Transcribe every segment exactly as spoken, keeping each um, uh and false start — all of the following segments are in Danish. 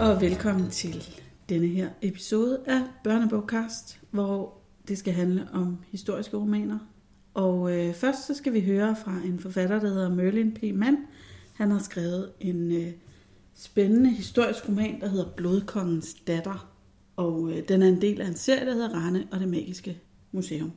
og velkommen til denne her episode af Børnebogcast, hvor det skal handle om historiske romaner. Og øh, først så skal vi høre fra en forfatter, der hedder Merlin P. Mann. Han har skrevet en øh, spændende historisk roman, der hedder Blodkongens datter. Og øh, den er en del af en serie, der hedder Rane og det magiske museum.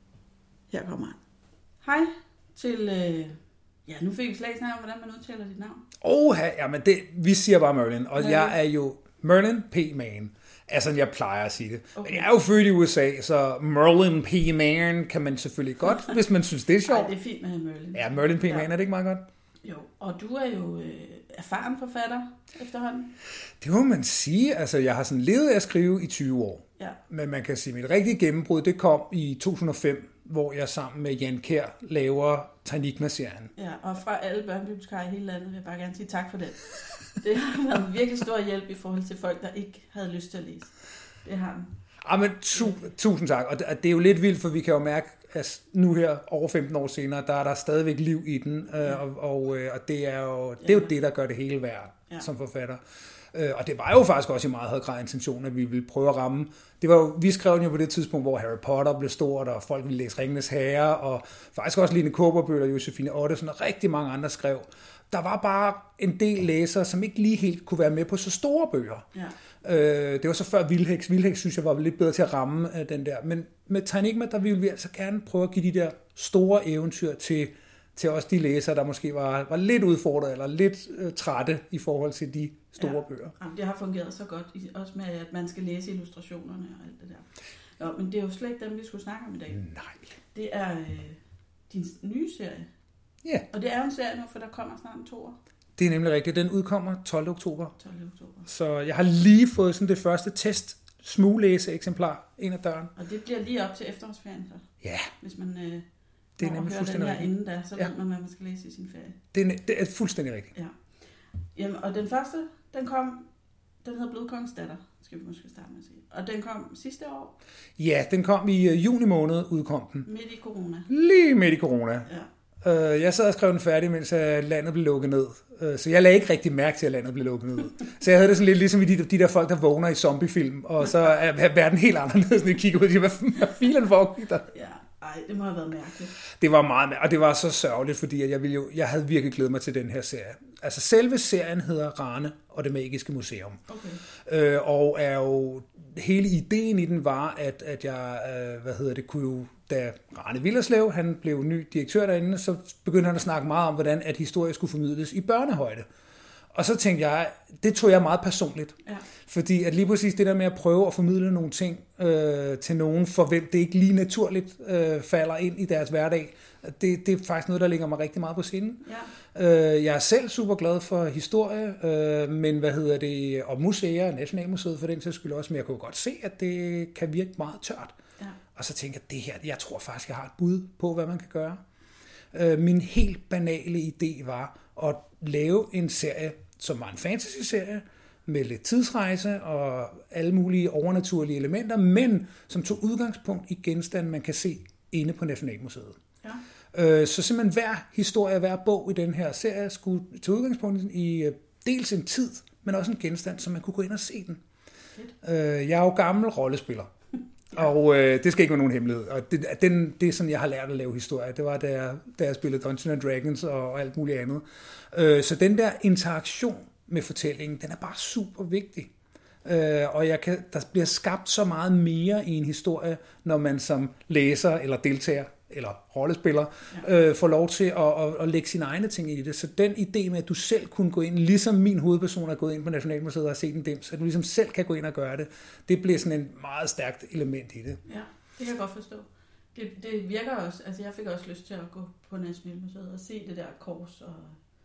Her kommer han. Hej til... Øh, ja, nu fik vi slag snart om, hvordan man udtaler dit navn. Åh, ja, men det, vi siger bare Merlin, og Merlin. jeg er jo Merlin P. Mann. Altså, jeg plejer at sige det. Okay. Men jeg er jo født i U S A, så Merlin P. Mann kan man selvfølgelig godt, hvis man synes, det er sjovt. Nej, det er fint med Merlin. Ja, Merlin P. Mann, er det ikke meget godt? Jo, og du er jo øh, erfaren forfatter efterhånden. Det må man sige. Altså, jeg har sådan levet af at skrive i tyve år. Ja. Men man kan sige, at mit rigtige gennembrud, det kom i to tusind og fem, hvor jeg sammen med Jan Kjær laver Tainigma-serien. Ja, og fra alle børnebibliotekarer i hele landet vil jeg bare gerne sige tak for det. Det har været en virkelig stor hjælp i forhold til folk, der ikke havde lyst til at læse. Det har den. Ah, men tu- tusind tak. Og det, og det er jo lidt vildt, for vi kan jo mærke, at nu her, over femten år senere, der er der stadigvæk liv i den. Ja. Øh, og, og, og det er jo det, er jo det der gør det hele værd ja. som forfatter. Øh, og det var jo faktisk også i meget høj grad intention, at vi ville prøve at ramme. Det var jo, vi skrev den jo på det tidspunkt, hvor Harry Potter blev stort, og folk ville læse Ringenes Herre, og faktisk også Line Kaaberbøl og Josefine Ottesen og rigtig mange andre skrev. Der var bare en del læsere, som ikke lige helt kunne være med på så store bøger. Ja. Øh, det var så før Vildheks. Vildheks synes jeg var lidt bedre til at ramme øh, den der. Men med Tainigma, der ville vi altså gerne prøve at give de der store eventyr til, til også de læsere, der måske var, var lidt udfordret eller lidt øh, trætte i forhold til de store ja. bøger. Jamen, det har fungeret så godt, også med at man skal læse illustrationerne og alt det der. Nå, men det er jo slet ikke dem, vi skulle snakke om i dag. Nej. Det er øh, din nye serie. Ja. Og det er jo en serie nu, for der kommer snart en toer. Det er nemlig rigtigt. Den udkommer tolvte oktober. tolvte oktober. Så jeg har lige fået sådan det første test smuglæse eksemplar ind ad døren. Og det bliver lige op til efterårsferien så. Ja. Hvis man øh, det er nemlig fuldstændig den her rigtigt. inden da, så ja. ved man, hvad man skal læse i sin ferie. Det er, det er fuldstændig rigtigt. Ja. Jamen, og den første, den kom, den hedder Blodkongens datter, skal vi måske starte med at sige. Og den kom sidste år? Ja, den kom i uh, juni måned, udkom den. Midt i corona? Lige midt i corona. Ja. Uh, jeg sad og skrev den færdig, mens uh, landet blev lukket ned. Uh, så jeg lagde ikke rigtig mærke til, at landet blev lukket ned. Så jeg havde det sådan lidt ligesom i de, de der folk, der vågner i zombiefilm, og så er verden helt anderledes, når de kigger ud og siger, hvad, hvad filen foregik der? Ja, ej, det må have været mærkeligt. Det var meget mærkeligt, og det var så sørgeligt, fordi at jeg, ville jo, jeg havde virkelig glædet mig til den her serie. Altså selve serien hedder Rane og det magiske museum. Okay. Øh, og er jo, hele ideen i den var, at, at jeg, øh, hvad hedder det, kunne jo, da Rane Willerslev, han blev ny direktør derinde, så begyndte han at snakke meget om, hvordan at historie skulle formidles i børnehøjde. Og så tænkte jeg, det tog jeg meget personligt. Ja. Fordi at lige præcis det der med at prøve at formidle nogle ting øh, til nogen, for hvem det ikke lige naturligt øh, falder ind i deres hverdag, det, det er faktisk noget, der ligger mig rigtig meget på sinde. Ja. Øh, jeg er selv super glad for historie, øh, men hvad hedder det, og museer, Nationalmuseet for den sags skyld også, men jeg kunne godt se, at det kan virke meget tørt. Ja. Og så tænker jeg, det her, jeg tror faktisk, jeg har et bud på, hvad man kan gøre. Øh, min helt banale idé var at lave en serie, som var en fantasy-serie, med lidt tidsrejse og alle mulige overnaturlige elementer, men som tog udgangspunkt i genstande, man kan se inde på Nationalmuseet. Ja. Øh, så simpelthen hver historie, hver bog i den her serie, skulle tage udgangspunkt i uh, dels en tid, men også en genstand, så man kunne gå ind og se den. Øh, jeg er jo gammel rollespiller. Ja. Og øh, det skal ikke være nogen hemmelighed. Og det, den, det er sådan, jeg har lært at lave historie. Det var, da jeg, da jeg spillede Dungeons and Dragons og, og alt muligt andet. Øh, så den der interaktion med fortællingen, den er bare super vigtig. Øh, og jeg kan, der bliver skabt så meget mere i en historie, når man som læser eller deltager eller rollespiller, ja. øh, får lov til at, at, at lægge sine egne ting i det. Så den idé med, at du selv kunne gå ind, ligesom min hovedperson er gået ind på Nationalmuseet og har set en dims, at du ligesom selv kan gå ind og gøre det, det bliver sådan en meget stærkt element i det. Ja, det kan jeg godt forstå. Det, det virker også, altså jeg fik også lyst til at gå på Nationalmuseet og se det der kors, og,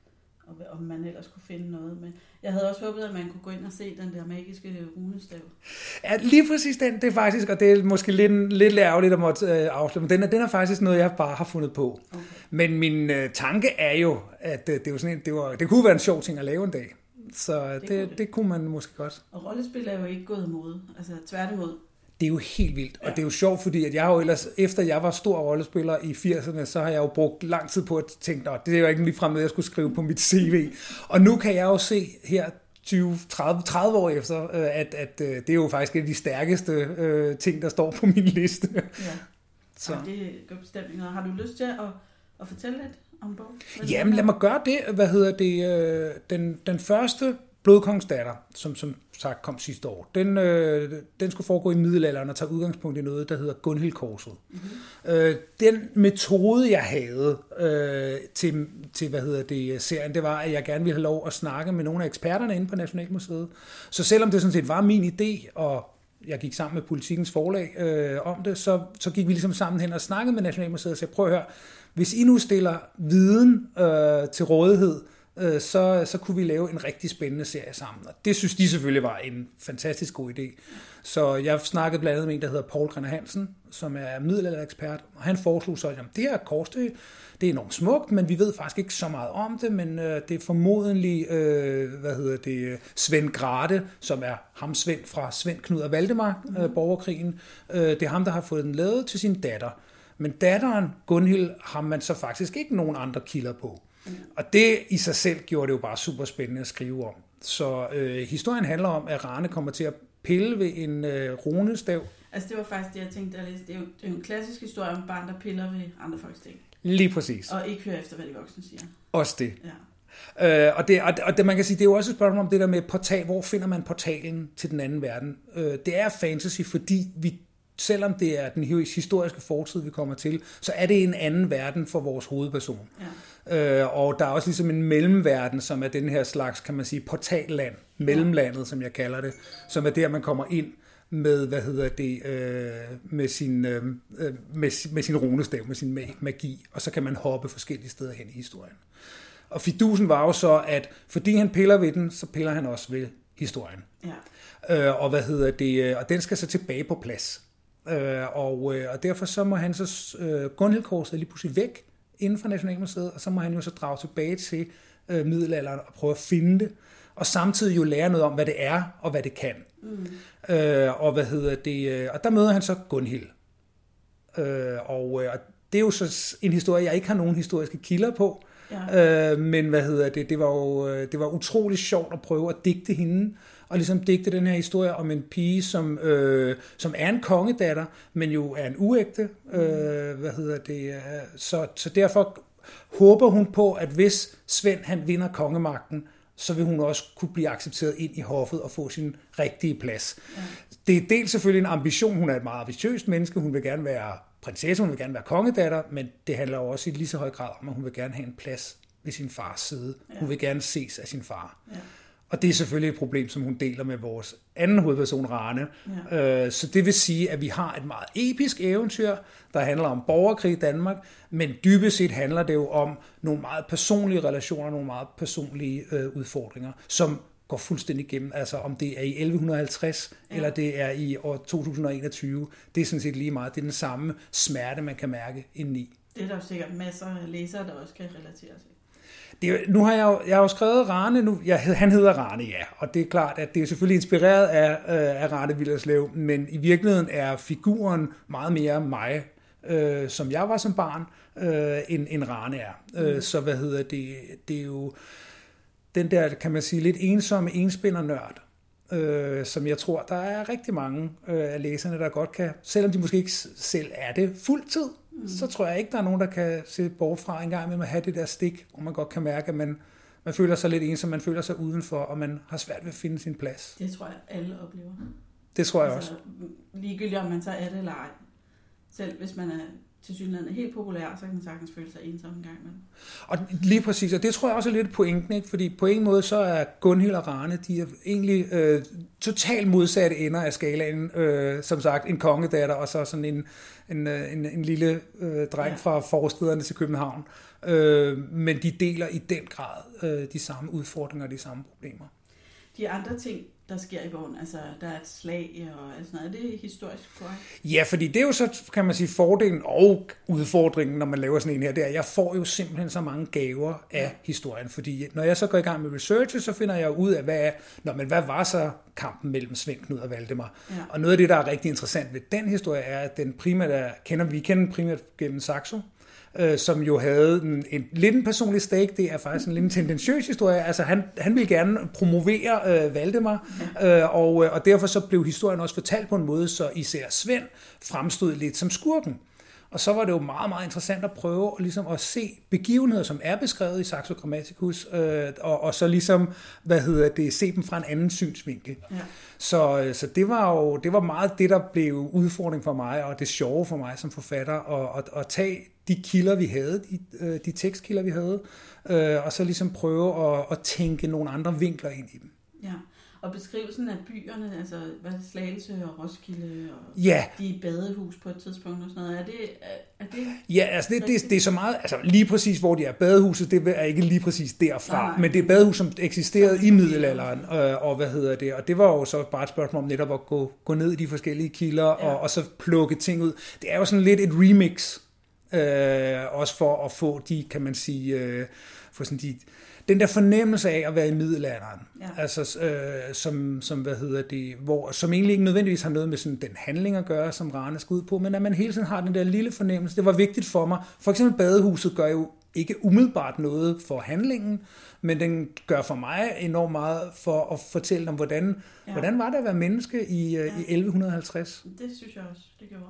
og om man ellers kunne finde noget. Men jeg havde også håbet, at man kunne gå ind og se den der magiske runestav. Ja, lige præcis den, det er faktisk, og det er måske lidt, lidt ærgerligt at måtte øh, afsløre, men den er, den er faktisk noget, jeg bare har fundet på. Okay. Men min øh, tanke er jo, at øh, det, var sådan en, det, var, det kunne være en sjov ting at lave en dag. Så det, det, kunne, det. det kunne man måske godt. Og rollespil er jo ikke gået imod, altså tværtimod. Det er jo helt vildt, og det er jo sjovt, fordi at jeg har jo ellers, efter jeg var stor rollespiller i firserne, så har jeg jo brugt lang tid på at tænke, at det er jo ikke ligefrem noget, jeg skulle skrive på mit C V. Og nu kan jeg jo se her tyve tredive år efter, øh, at, at øh, det er jo faktisk en af de stærkeste øh, ting, der står på min liste. Ja, så. Ja, det gør bestemt noget. Har du lyst til at, at fortælle lidt om bogen? Jamen, lad mig gøre det. Hvad hedder det? Øh, den, den første Blodkongens datter, som som sagt kom sidste år, den, øh, den skulle foregå i middelalderen og tage udgangspunkt i noget, der hedder Gunhildkorset. Mm-hmm. Øh, den metode, jeg havde øh, til, til hvad hedder det, serien, det var, at jeg gerne ville have lov at snakke med nogle af eksperterne inde på Nationalmuseet. Så selvom det sådan set var min idé, og jeg gik sammen med Politikens forlag øh, om det, så, så gik vi ligesom sammen hen og snakkede med Nationalmuseet og sagde, prøv at høre, hvis I nu stiller viden øh, til rådighed, Så, så kunne vi lave en rigtig spændende serie sammen. Og det synes de selvfølgelig var en fantastisk god idé. Så jeg snakkede blandt andet med en, der hedder Paul Grenner Hansen, som er middelalderekspert, og han foreslog så, at jamen, det her kors, det, det er enormt smukt, men vi ved faktisk ikke så meget om det, men øh, det er formodentlig, øh, hvad hedder det, Svend Grathe, som er ham Svend fra Svend, Knud og Valdemar, øh, borgerkrigen. Øh, det er ham, der har fået den lavet til sin datter. Men datteren, Gunhild, har man så faktisk ikke nogen andre kilder på. Mm. Og det i sig selv gjorde det jo bare super spændende at skrive om. Så øh, historien handler om, at Rane kommer til at pille ved en øh, runestav. Altså det var faktisk det, jeg tænkte, at det er jo, det er jo en klassisk historie om barn, der piller ved andre folks ting. Lige præcis. Og ikke hører efter, hvad de voksne siger. Også det. Ja. Øh, og, det, og, og det, man kan sige, det er jo også et spørgsmål om det der med portal. Hvor finder man portalen til den anden verden? Øh, det er fantasy, fordi vi selvom det er den historiske fortid, vi kommer til, så er det en anden verden for vores hovedperson. Ja. Øh, og der er også ligesom en mellemverden, som er den her slags, kan man sige, portalland, mellemlandet, ja. Som jeg kalder det, som er der, man kommer ind med, hvad hedder det, øh, med, sin, øh, med, med sin runestav, med sin magi, og så kan man hoppe forskellige steder hen i historien. Og fidusen var jo så, at fordi han piller ved den, så piller han også ved historien. Ja. Øh, og hvad hedder det, og den skal så tilbage på plads. Øh, og, øh, og derfor så må han så øh, Gunhildkorset lige pludselig væk inden for Nationalmuseet, og så må han jo så drage tilbage til øh, middelalderen og prøve at finde det, og samtidig jo lære noget om, hvad det er og hvad det kan. Mm. Øh, og hvad hedder det, øh, og der møder han så Gunhild. Øh, og, øh, og det er jo så en historie, jeg ikke har nogen historiske kilder på, ja. øh, men hvad hedder det, det var jo det var utrolig sjovt at prøve at digte hende, og ligesom digte den her historie om en pige, som, øh, som er en kongedatter, men jo er en uægte. Øh, hvad hedder det? Så, så derfor håber hun på, at hvis Svend han vinder kongemagten, så vil hun også kunne blive accepteret ind i hoffet og få sin rigtige plads. Ja. Det er dels selvfølgelig en ambition. Hun er et meget ambitiøst menneske. Hun vil gerne være prinsesse, hun vil gerne være kongedatter, men det handler jo også i lige så høj grad om, at hun vil gerne have en plads ved sin fars side. Ja. Hun vil gerne ses af sin far. Ja. Og det er selvfølgelig et problem, som hun deler med vores anden hovedperson, Rane. Ja. Så det vil sige, at vi har et meget episk eventyr, der handler om borgerkrig i Danmark, men dybest set handler det jo om nogle meget personlige relationer, nogle meget personlige øh, udfordringer, som går fuldstændig igennem. Altså om det er i elleve halvtreds, ja. Eller det er i år to tusind og enogtyve, det er sådan set lige meget. Det er den samme smerte, man kan mærke indeni. Det er der jo sikkert masser af læsere, der også kan relatere sig. Det, nu har jeg jo, jeg har jo skrevet Rane, nu, jeg, han hedder Rane, ja, og det er klart, at det er selvfølgelig inspireret af, øh, af Rane Willerslev, men i virkeligheden er figuren meget mere mig, øh, som jeg var som barn, øh, end, end Rane er. Mm. Øh, så hvad hedder det, det er jo den der, kan man sige, lidt ensomme enspindernørd, øh, som jeg tror, der er rigtig mange øh, af læserne, der godt kan, selvom de måske ikke selv er det fuldtid, mm. så tror jeg ikke, der er nogen, der kan se bort fra en gang med at have det der stik, hvor man godt kan mærke, at man, man føler sig lidt ensom, man føler sig udenfor, og man har svært ved at finde sin plads. Det tror jeg, alle oplever. Det tror jeg altså, også. Ligegyldigt om man så er det eller ej. Selv hvis man er til synligheden helt populær, så kan man sagtens føle sig ensom en gang imellem. Og lige præcis, og det tror jeg også er lidt pointen, ikke? Fordi på en måde så er Gunhild og Rane, de er egentlig øh, totalt modsatte ender af skalaen. Øh, som sagt, en kongedatter, og så sådan en, en, en, en lille øh, dreng ja. Fra forstederne til København. Øh, men de deler i den grad øh, de samme udfordringer og de samme problemer. De andre ting, der sker i bogen, altså der er et slag og sådan noget, er det historisk korrekt? Ja, fordi det er jo så, kan man sige, fordelen og udfordringen, når man laver sådan en her, det er, at jeg får jo simpelthen så mange gaver af ja. Historien, fordi når jeg så går i gang med research, så finder jeg ud af, hvad, er, nå, men hvad var så kampen mellem Svend, Knud og Valdemar? Ja. Og noget af det, der er rigtig interessant ved den historie, er, at den primært er, kender, vi kender den primært gennem Saxo, øh, som jo havde en, en lidt en personlig stake. Det er faktisk en lidt tendentiøs historie. Altså han, han ville gerne promovere øh, Valdemar, øh, og, og derfor så blev historien også fortalt på en måde, så især Svend fremstod lidt som skurken. Og så var det jo meget, meget interessant at prøve ligesom at se begivenheder, som er beskrevet i Saxo Grammaticus, øh, og, og så ligesom, hvad hedder det, se dem fra en anden synsvinkel. Ja. Så, så det var jo det var meget det, der blev udfordring for mig, og det sjove for mig som forfatter, at, at, at tage de kilder, vi havde, de, de tekstkilder, vi havde, øh, og så ligesom prøve at, at tænke nogle andre vinkler ind i dem. Ja. Og beskrivelsen af byerne, altså hvad Slagelse og Roskilde, og ja. de badehus på et tidspunkt og sådan noget, er det... Er, er det ja, altså det, det, det er så meget, altså lige præcis hvor de er badehuset, det er ikke lige præcis derfra, nej, nej. Men det er badehus, som eksisterede så, i middelalderen, og, og hvad hedder det, og det var jo så bare et spørgsmål om netop at gå, gå ned i de forskellige kilder, ja. og, og så plukke ting ud. Det er jo sådan lidt et remix, øh, også for at få de, kan man sige, øh, for sådan de... Den der fornemmelse af at være i middelalderen, ja. altså øh, som, som, hvad hedder det, hvor, som egentlig ikke nødvendigvis har noget med sådan den handling at gøre, som Rane skal ud på, men at man hele tiden har den der lille fornemmelse. Det var vigtigt for mig. For eksempel badehuset gør jo ikke umiddelbart noget for handlingen, men den gør for mig enormt meget for at fortælle om, hvordan, ja. hvordan var det at være menneske i, ja. i elleve halvtreds. Det synes jeg også, det gjorde.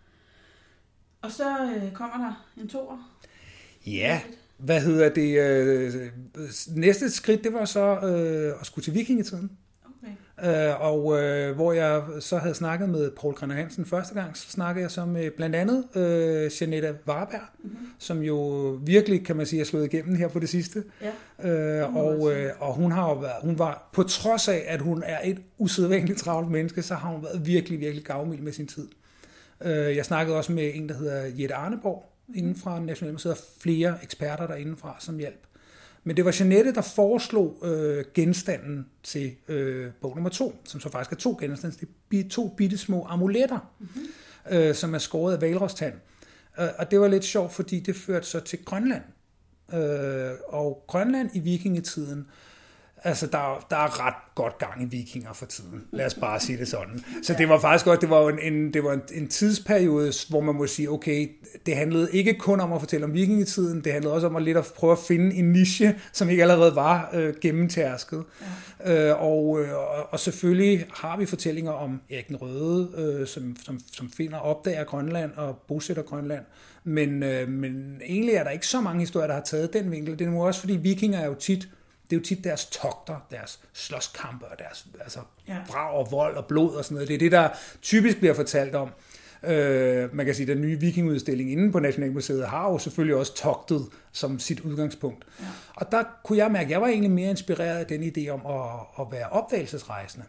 Og så øh, kommer der en toer. Ja. Hvad hedder det? Øh, næste skridt, det var så øh, at skulle til vikingetiden. Okay. Øh, og øh, hvor jeg så havde snakket med Poul Greiner Hansen første gang, så snakkede jeg så med blandt andet øh, Jeanette Varberg, mm-hmm. som jo virkelig, kan man sige, er slået igennem her på det sidste. Ja. Øh, og, øh, og hun har jo været, hun var, på trods af, at hun er et usædvanligt travlt menneske, så har hun været virkelig, virkelig gavmild med sin tid. Øh, jeg snakkede også med en, der hedder Jette Arneborg, inden fra Nationalmuseet, og flere eksperter derindefra som hjælp. Men det var Jeanette, der foreslog øh, genstanden til øh, bog nummer to, som så faktisk er to genstande. Det er to bitte små amuletter, mm-hmm. øh, som er skåret af hvalrostand. Øh, og det var lidt sjovt, fordi det førte så til Grønland. Øh, og Grønland i vikingetiden, altså, der, der er ret godt gang i vikinger for tiden. Lad os bare sige det sådan. Så det var faktisk godt, det var en, en, det var en, en tidsperiode, hvor man må sige, okay, det handlede ikke kun om at fortælle om vikingetiden, det handlede også om at lidt at prøve at finde en niche, som ikke allerede var øh, gennemtærsket. Ja. Øh, og, øh, og selvfølgelig har vi fortællinger om Erik den Røde, øh, som, som, som finder opdager Grønland og bosætter Grønland. Men, øh, men egentlig er der ikke så mange historier, der har taget den vinkel. Det er nu også, fordi vikinger er jo tit Det er jo tit deres togter, deres slåskampe og deres altså, ja. brag og vold og blod og sådan noget. Det er det, der typisk bliver fortalt om. Øh, man kan sige, at den nye vikingudstilling inde på Nationalmuseet har jo selvfølgelig også togtet som sit udgangspunkt. Ja. Og der kunne jeg mærke, at jeg var egentlig mere inspireret af den idé om at, at være opdagelsesrejsende.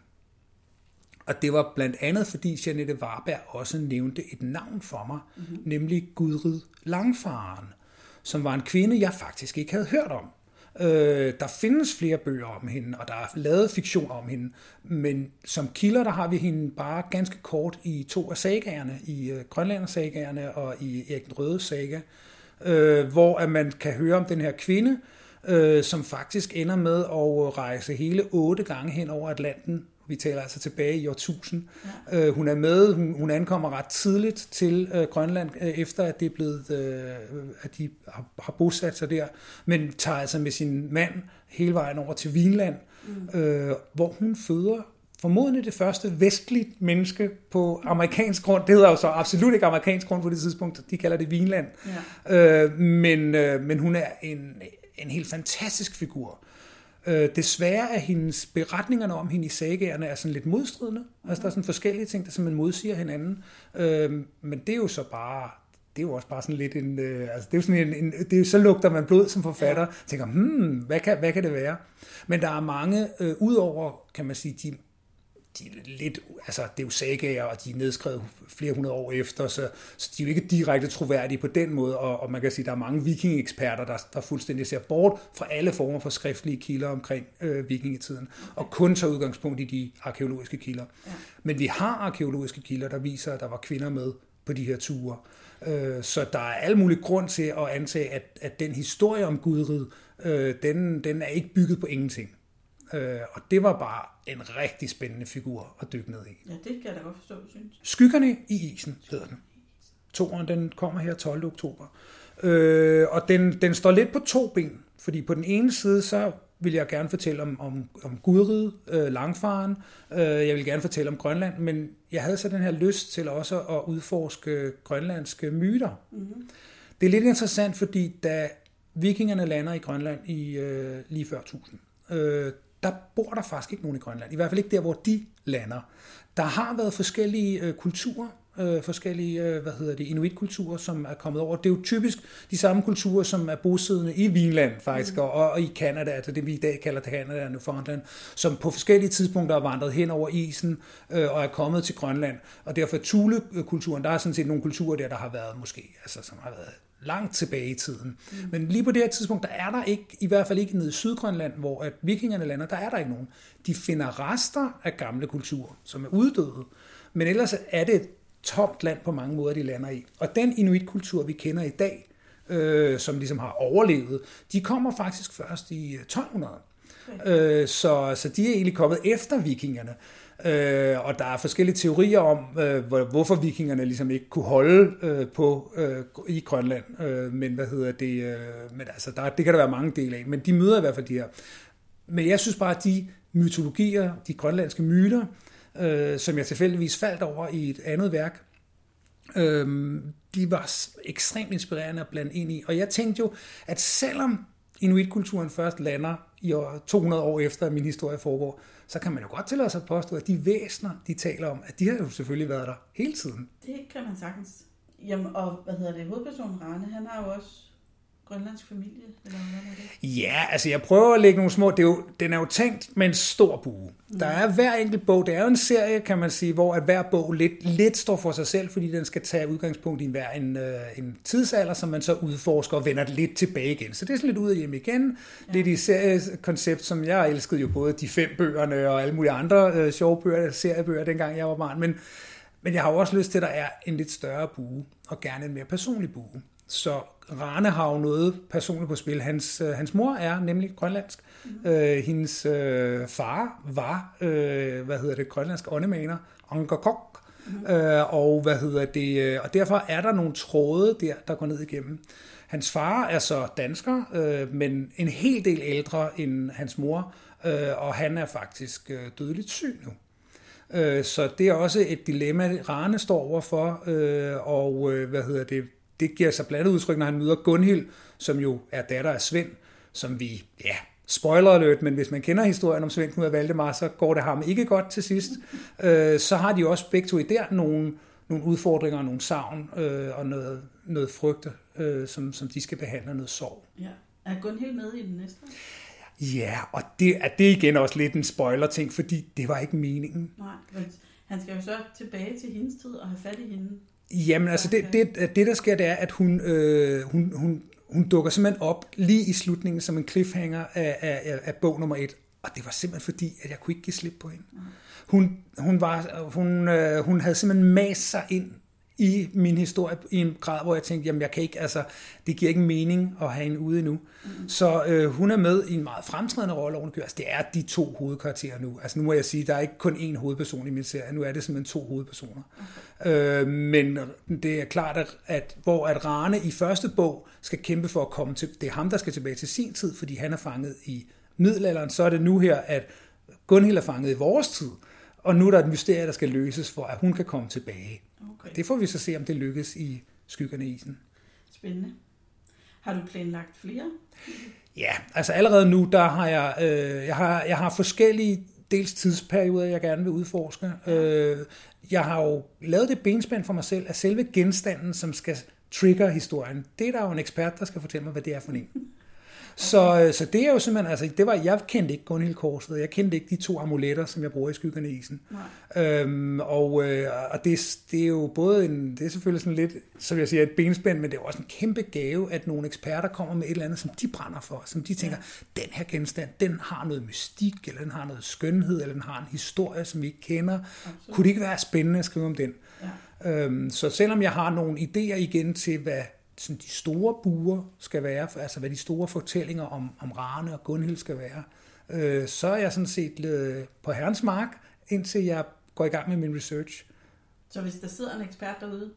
Og det var blandt andet, fordi Jeanette Varberg også nævnte et navn for mig, mm-hmm. nemlig Gudrid Langfaren, som var en kvinde, jeg faktisk ikke havde hørt om. Øh, der findes flere bøger om hende, og der er lavet fiktion om hende, men som kilder, der har vi hende bare ganske kort i to af sagaerne, i øh, Grønlander-sagaerne og i Erik den Røde saga, øh, hvor at man kan høre om den her kvinde, øh, som faktisk ender med at rejse hele otte gange hen over Atlanten. Vi taler altså tilbage i år tusind. Ja. Øh, hun er med, hun, hun ankommer ret tidligt til øh, Grønland, øh, efter at det er blevet, øh, at de har, har bosat sig der, men tager altså med sin mand hele vejen over til Vinland, mm. øh, hvor hun føder formodentlig det første vestligt menneske på amerikansk grund. Det hedder jo så absolut ikke amerikansk grund på det tidspunkt, de kalder det Vinland. Ja. Øh, men, øh, men hun er en, en helt fantastisk figur. Øh, desværre er hendes beretningerne om hende i sagaerne er sådan lidt modstridende. Mm-hmm. Altså der er sådan forskellige ting, der simpelthen modsiger hinanden. Øh, men det er jo så bare, det er jo også bare sådan lidt en, øh, altså det er jo sådan en, en det er jo, så lugter man blod som forfatter, ja. Tænker, hmm, hvad kan, hvad kan det være? Men der er mange, øh, udover, kan man sige, de de er lidt, altså det er jo sagaer, og de er nedskrevet flere hundrede år efter, så, så de er jo ikke direkte troværdige på den måde, og, og man kan sige, at der er mange vikingeksperter, der, der fuldstændig ser bort fra alle former for skriftlige kilder omkring øh, vikingetiden, og kun tager udgangspunkt i de arkæologiske kilder. Ja. Men vi har arkæologiske kilder, der viser, at der var kvinder med på de her ture. Øh, så der er al mulig grund til at antage, at, at den historie om Gudrid, øh, den, den er ikke bygget på ingenting. Øh, og det var bare en rigtig spændende figur at dykke ned i. Ja, det kan jeg da godt forstå, synes. Skyggerne i isen hedder den. Toren, den kommer her tolvte oktober. Øh, og den, den står lidt på to ben, fordi på den ene side, så vil jeg gerne fortælle om, om, om Gudriget, øh, Langfaren, øh, jeg vil gerne fortælle om Grønland, men jeg havde så den her lyst til også at udforske grønlandske myter. Mm-hmm. Det er lidt interessant, fordi da vikingerne lander i Grønland i øh, lige før tusind, øh, der bor der faktisk ikke nogen i Grønland, i hvert fald ikke der, hvor de lander. Der har været forskellige øh, kulturer, øh, forskellige øh, hvad hedder det, inuitkulturer, som er kommet over. Det er jo typisk de samme kulturer, som er bosiddende i Vinland faktisk, mm. og, og i Canada, altså det vi i dag kalder Canada og Newfoundland, som på forskellige tidspunkter er vandret hen over isen øh, og er kommet til Grønland. Og derfor Thule-kulturen, der er sådan set nogle kulturer der, der har været måske, altså som har været langt tilbage i tiden. Mm. Men lige på det her tidspunkt, der er der ikke, i hvert fald ikke nede i Sydgrønland, hvor at vikingerne lander, der er der ikke nogen. De finder rester af gamle kulturer, som er uddøde, men ellers er det et tomt land på mange måder, de lander i. Og den inuitkultur, vi kender i dag, øh, som ligesom har overlevet, de kommer faktisk først i tolv hundrede. Okay. Øh, så, så de er egentlig kommet efter vikingerne. Øh, og der er forskellige teorier om, øh, hvorfor vikingerne ligesom ikke kunne holde øh, på øh, i Grønland. Øh, men hvad hedder det? Øh, men altså, der, det kan der være mange dele af. Men de møder i hvert fald de her. Men jeg synes bare, at de mytologier, de grønlandske myter, øh, som jeg tilfældigvis faldt over i et andet værk, øh, de var ekstremt inspirerende at blande ind i. Og jeg tænkte jo, at selvom inuitkulturen først lander i år, to hundrede år efter, at min historie foregår, så kan man jo godt tillade sig at påstå, at de væsener, de taler om, at de har jo selvfølgelig været der hele tiden. Det kan man sagtens. Jamen, og hvad hedder det? Hovedpersonen Rane, han har jo også grønlandsk familie, eller hvad er det? Ja, altså jeg prøver at lægge nogle små, det er jo, den er jo tænkt med en stor bue. Mm. Der er hver enkelt bog, det er jo en serie, kan man sige, hvor at hver bog lidt, lidt står for sig selv, fordi den skal tage udgangspunkt i hver en, øh, en tidsalder, som man så udforsker og vender lidt tilbage igen. Så det er sådan lidt ud af hjem igen. Ja. Det er de seriekoncept, som jeg elskede jo både de fem bøgerne og alle mulige andre øh, sjove bøger, seriebøger, dengang jeg var barn. Men, men jeg har jo også lyst til, at der er en lidt større bue, og gerne en mere personlig bue. Så Rane har jo noget personligt på spil. Hans, øh, hans mor er nemlig grønlandsk. Mm-hmm. Øh, hendes øh, far var, øh, hvad hedder det, grønlandsk åndemaner, Anker Kok. Mm-hmm. Øh, og, hvad hedder det, og derfor er der nogle tråde der, der går ned igennem. Hans far er så dansker, øh, men en hel del ældre end hans mor, øh, og han er faktisk øh, dødeligt syg nu. Øh, så det er også et dilemma, Rane står overfor, øh, og øh, hvad hedder det, det giver sig blandet udtryk, når han møder Gunhild, som jo er datter af Svend, som vi, ja, spoiler alert, men hvis man kender historien om Svend Knud og Valdemar, så går det ham ikke godt til sidst. Øh, så har de også begge to i der nogle, nogle udfordringer, nogle savn øh, og noget, noget frygte, øh, som, som de skal behandle, noget sorg. Ja. Er Gunhild med i den næste? Ja, og det er det igen også lidt en spoiler-ting, fordi det var ikke meningen. Nej, men han skal jo så tilbage til hendes tid og have fat i hende. Jamen altså, det, det, det der sker, det er, at hun, øh, hun, hun, hun dukker simpelthen op lige i slutningen som en cliffhanger af, af, af bog nummer et. Og det var simpelthen fordi, at jeg kunne ikke give slip på hende. Hun, hun, var, hun, øh, hun havde simpelthen mast sig ind i min historie i en grad, hvor jeg tænkte, jamen jeg kan ikke, altså, det giver ikke mening at have hende ude endnu. Mm. Så øh, hun er med i en meget fremtrædende rolle, og altså, det er de to hovedkarakterer nu. Altså nu må jeg sige, der er ikke kun én hovedperson i min serie, nu er det simpelthen to hovedpersoner. Okay. Øh, men det er klart, at, at hvor at Rane i første bog skal kæmpe for at komme til, det er ham, der skal tilbage til sin tid, fordi han er fanget i middelalderen, så er det nu her, at Gunhild er fanget i vores tid, og nu er der et mysterie, der skal løses for, at hun kan komme tilbage. Okay. Det får vi så se, om det lykkes i Skyggerne i isen. Spændende. Har du planlagt flere? Ja, altså allerede nu, der har jeg, øh, jeg, har, jeg har forskellige dels tidsperioder, jeg gerne vil udforske. Ja. Øh, jeg har jo lavet det benspænd for mig selv, at selve genstanden, som skal trigger historien, det er der jo en ekspert, der skal fortælle mig, hvad det er for en. Så, så det er jo simpelthen, altså det var, jeg kendte ikke Gunhild Korset, jeg kendte ikke de to amuletter, som jeg bruger i Skyggerne i isen. Øhm, og øh, og det, det er jo både en, det er selvfølgelig sådan lidt, som jeg siger, et benspænd, men det er også en kæmpe gave, at nogle eksperter kommer med et eller andet, som de brænder for, som de tænker, ja. Den her genstand, den har noget mystik, eller den har noget skønhed, eller den har en historie, som vi ikke kender. Absolut. Kunne det ikke være spændende at skrive om den? Ja. Øhm, så selvom jeg har nogle idéer igen til, hvad sådan de store buer skal være, altså hvad de store fortællinger om, om Rane og Gunhild skal være, øh, så er jeg sådan set øh, på herrens mark, indtil jeg går i gang med min research. Så hvis der sidder en ekspert derude,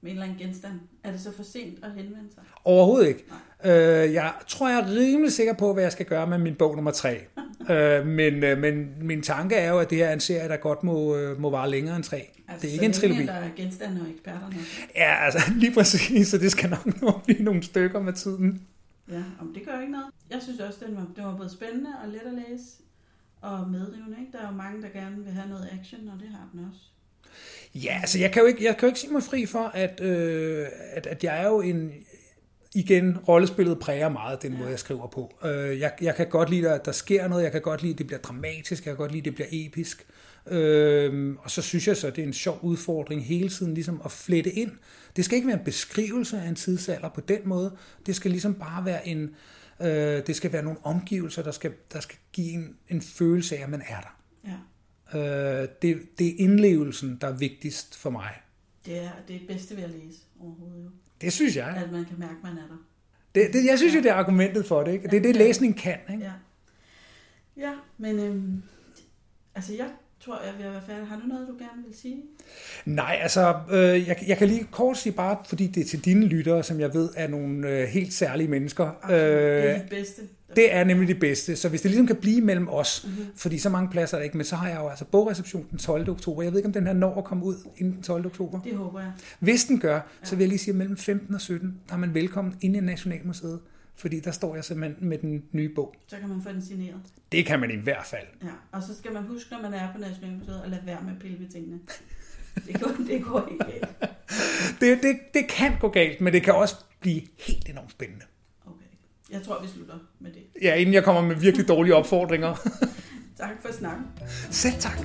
med en eller anden genstand, er det så for sent at henvende sig? Overhovedet ikke. Øh, jeg tror, jeg er rimelig sikker på, hvad jeg skal gøre med min bog nummer tre. øh, men, øh, men min tanke er jo, at det her er en serie, der godt må, øh, må vare længere end tre. Altså, det er ikke en trilogi. Der er genstande og eksperterne. Ja, altså lige præcis, så det skal nok nå blive nogle stykker med tiden. Ja, om det gør ikke noget. Jeg synes også, den var, den var både spændende og let at læse og medrivende. Ikke? Der er jo mange, der gerne vil have noget action, og det har den også. Ja, altså jeg kan jo ikke, jeg kan jo ikke sige mig fri for, at, øh, at, at jeg er jo en... Igen, rollespillet præger meget den måde, jeg skriver på. Øh, jeg, jeg kan godt lide, at der sker noget. Jeg kan godt lide, at det bliver dramatisk. Jeg kan godt lide, at det bliver episk. Øh, og så synes jeg så, at det er en sjov udfordring hele tiden ligesom at flette ind. Det skal ikke være en beskrivelse af en tidsalder på den måde. Det skal ligesom bare være en... Øh, det skal være nogle omgivelser, der skal, der skal give en, en følelse af, at man er der. Ja. Øh, det, det er indlevelsen, der er vigtigst for mig. Det er det bedste ved at læse overhovedet jo. Det synes jeg. At man kan mærke, at man er der. Det, det, jeg synes ja. jo, det er argumentet for det. Ikke? Det er det, læsning kan. Ikke? Ja, ja men øhm, altså jeg tror, jeg vil være færdig. Har du noget, du gerne vil sige? Nej, altså, øh, jeg, jeg kan lige kort sige bare, fordi det er til dine lyttere, som jeg ved er nogle øh, helt særlige mennesker. Absolut. Øh, det er de bedste. Det er nemlig de bedste. Så hvis det ligesom kan blive mellem os, mm-hmm. fordi så mange pladser er der ikke, men så har jeg jo altså bogreception den tolvte oktober. Jeg ved ikke, om den her når at komme ud inden den tolvte oktober. Det håber jeg. Hvis den gør, så vil jeg lige sige, at mellem femten og sytten, der er man velkommen inde i Nationalmuseet. Fordi der står jeg simpelthen med den nye bog. Så kan man få den signeret. Det kan man i hvert fald. Ja, og så skal man huske, når man er på Nationalmuseet, at lade være med at pille ved tingene. Det går, det går ikke galt. Det, det, det kan gå galt, men det kan også blive helt enormt spændende. Okay. Jeg tror, vi slutter med det. Ja, inden jeg kommer med virkelig dårlige opfordringer. Tak for snakken. Selv tak.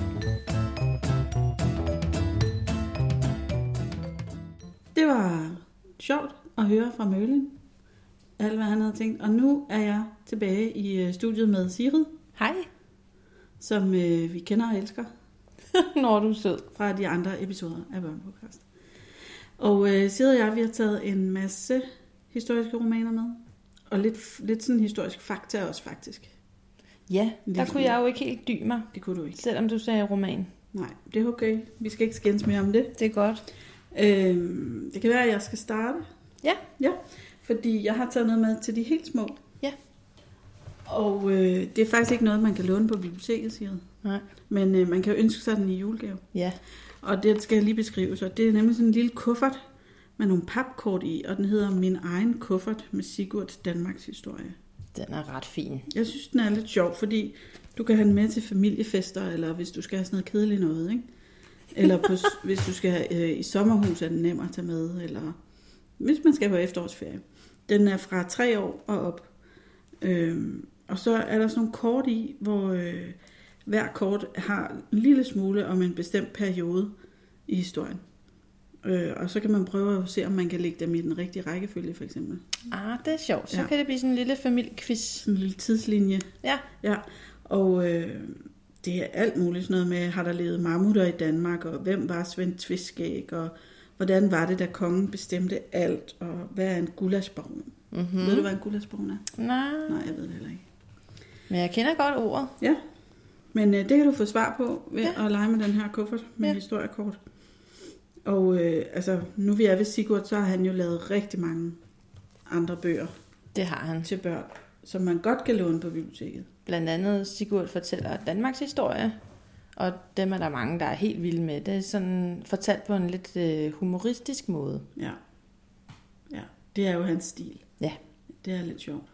Det var sjovt at høre fra Merlin. Alt, hvad han havde tænkt. Og nu er jeg tilbage i studiet med Sigrid. Hej. Som øh, vi kender og elsker. Når du er sød. Fra de andre episoder af Børnepodcast. Og øh, Sigrid og jeg, vi har taget en masse historiske romaner med. Og lidt, lidt sådan historisk fakta også, faktisk. Ja, der kunne jeg jo ikke helt dy mig. Det kunne du ikke. Selvom du sagde roman. Nej, det er okay. Vi skal ikke skændes mere om det. Det er godt. Øhm, det kan være, at jeg skal starte. Ja. Ja, fordi jeg har taget noget med til de helt små. Ja. Og øh, det er faktisk ikke noget, man kan låne på biblioteket, siger jeg. Nej. Men øh, man kan jo ønske sig den i julegave. Ja. Og det skal jeg lige beskrive. Så det er nemlig sådan en lille kuffert med nogle papkort i, og den hedder Min egen kuffert med Sigurds Danmarks historie. Den er ret fin. Jeg synes, den er lidt sjov, fordi du kan have den med til familiefester, eller hvis du skal have sådan noget kedeligt noget, ikke? Eller på, hvis du skal have, øh, i sommerhus, er den nem at tage med, eller hvis man skal på efterårsferie. Den er fra tre år og op. Øhm, og så er der sådan nogle kort i, hvor øh, hver kort har en lille smule om en bestemt periode i historien. Øh, og så kan man prøve at se, om man kan lægge dem i den rigtige rækkefølge, for eksempel. Ah, det er sjovt. Så Ja. kan det blive sådan en lille familiequiz. Sådan en lille tidslinje. Ja. Ja, og øh, det er alt muligt sådan noget med, har der levet mammutter i Danmark, og hvem var Svend Tveskæg, og hvordan var det, da kongen bestemte alt, og hvad er en gullaschbaron? Mm-hmm. Ved du, hvad en gullaschbaron er? Nej. Nej, jeg ved det heller ikke. Men jeg kender godt ordet. Ja, men øh, det kan du få svar på ved Ja. at lege med den her kuffert med Ja. historiekort. Og øh, altså, nu vi er ved Sigurd, så har han jo lavet rigtig mange andre bøger Det har han. til børn, som man godt kan låne på biblioteket. Blandt andet Sigurd fortæller Danmarks historie. Og dem er der mange, der er helt vilde med. Det er sådan fortalt på en lidt øh, humoristisk måde. Ja. Ja, det er jo hans stil. Ja. Det er lidt sjovt.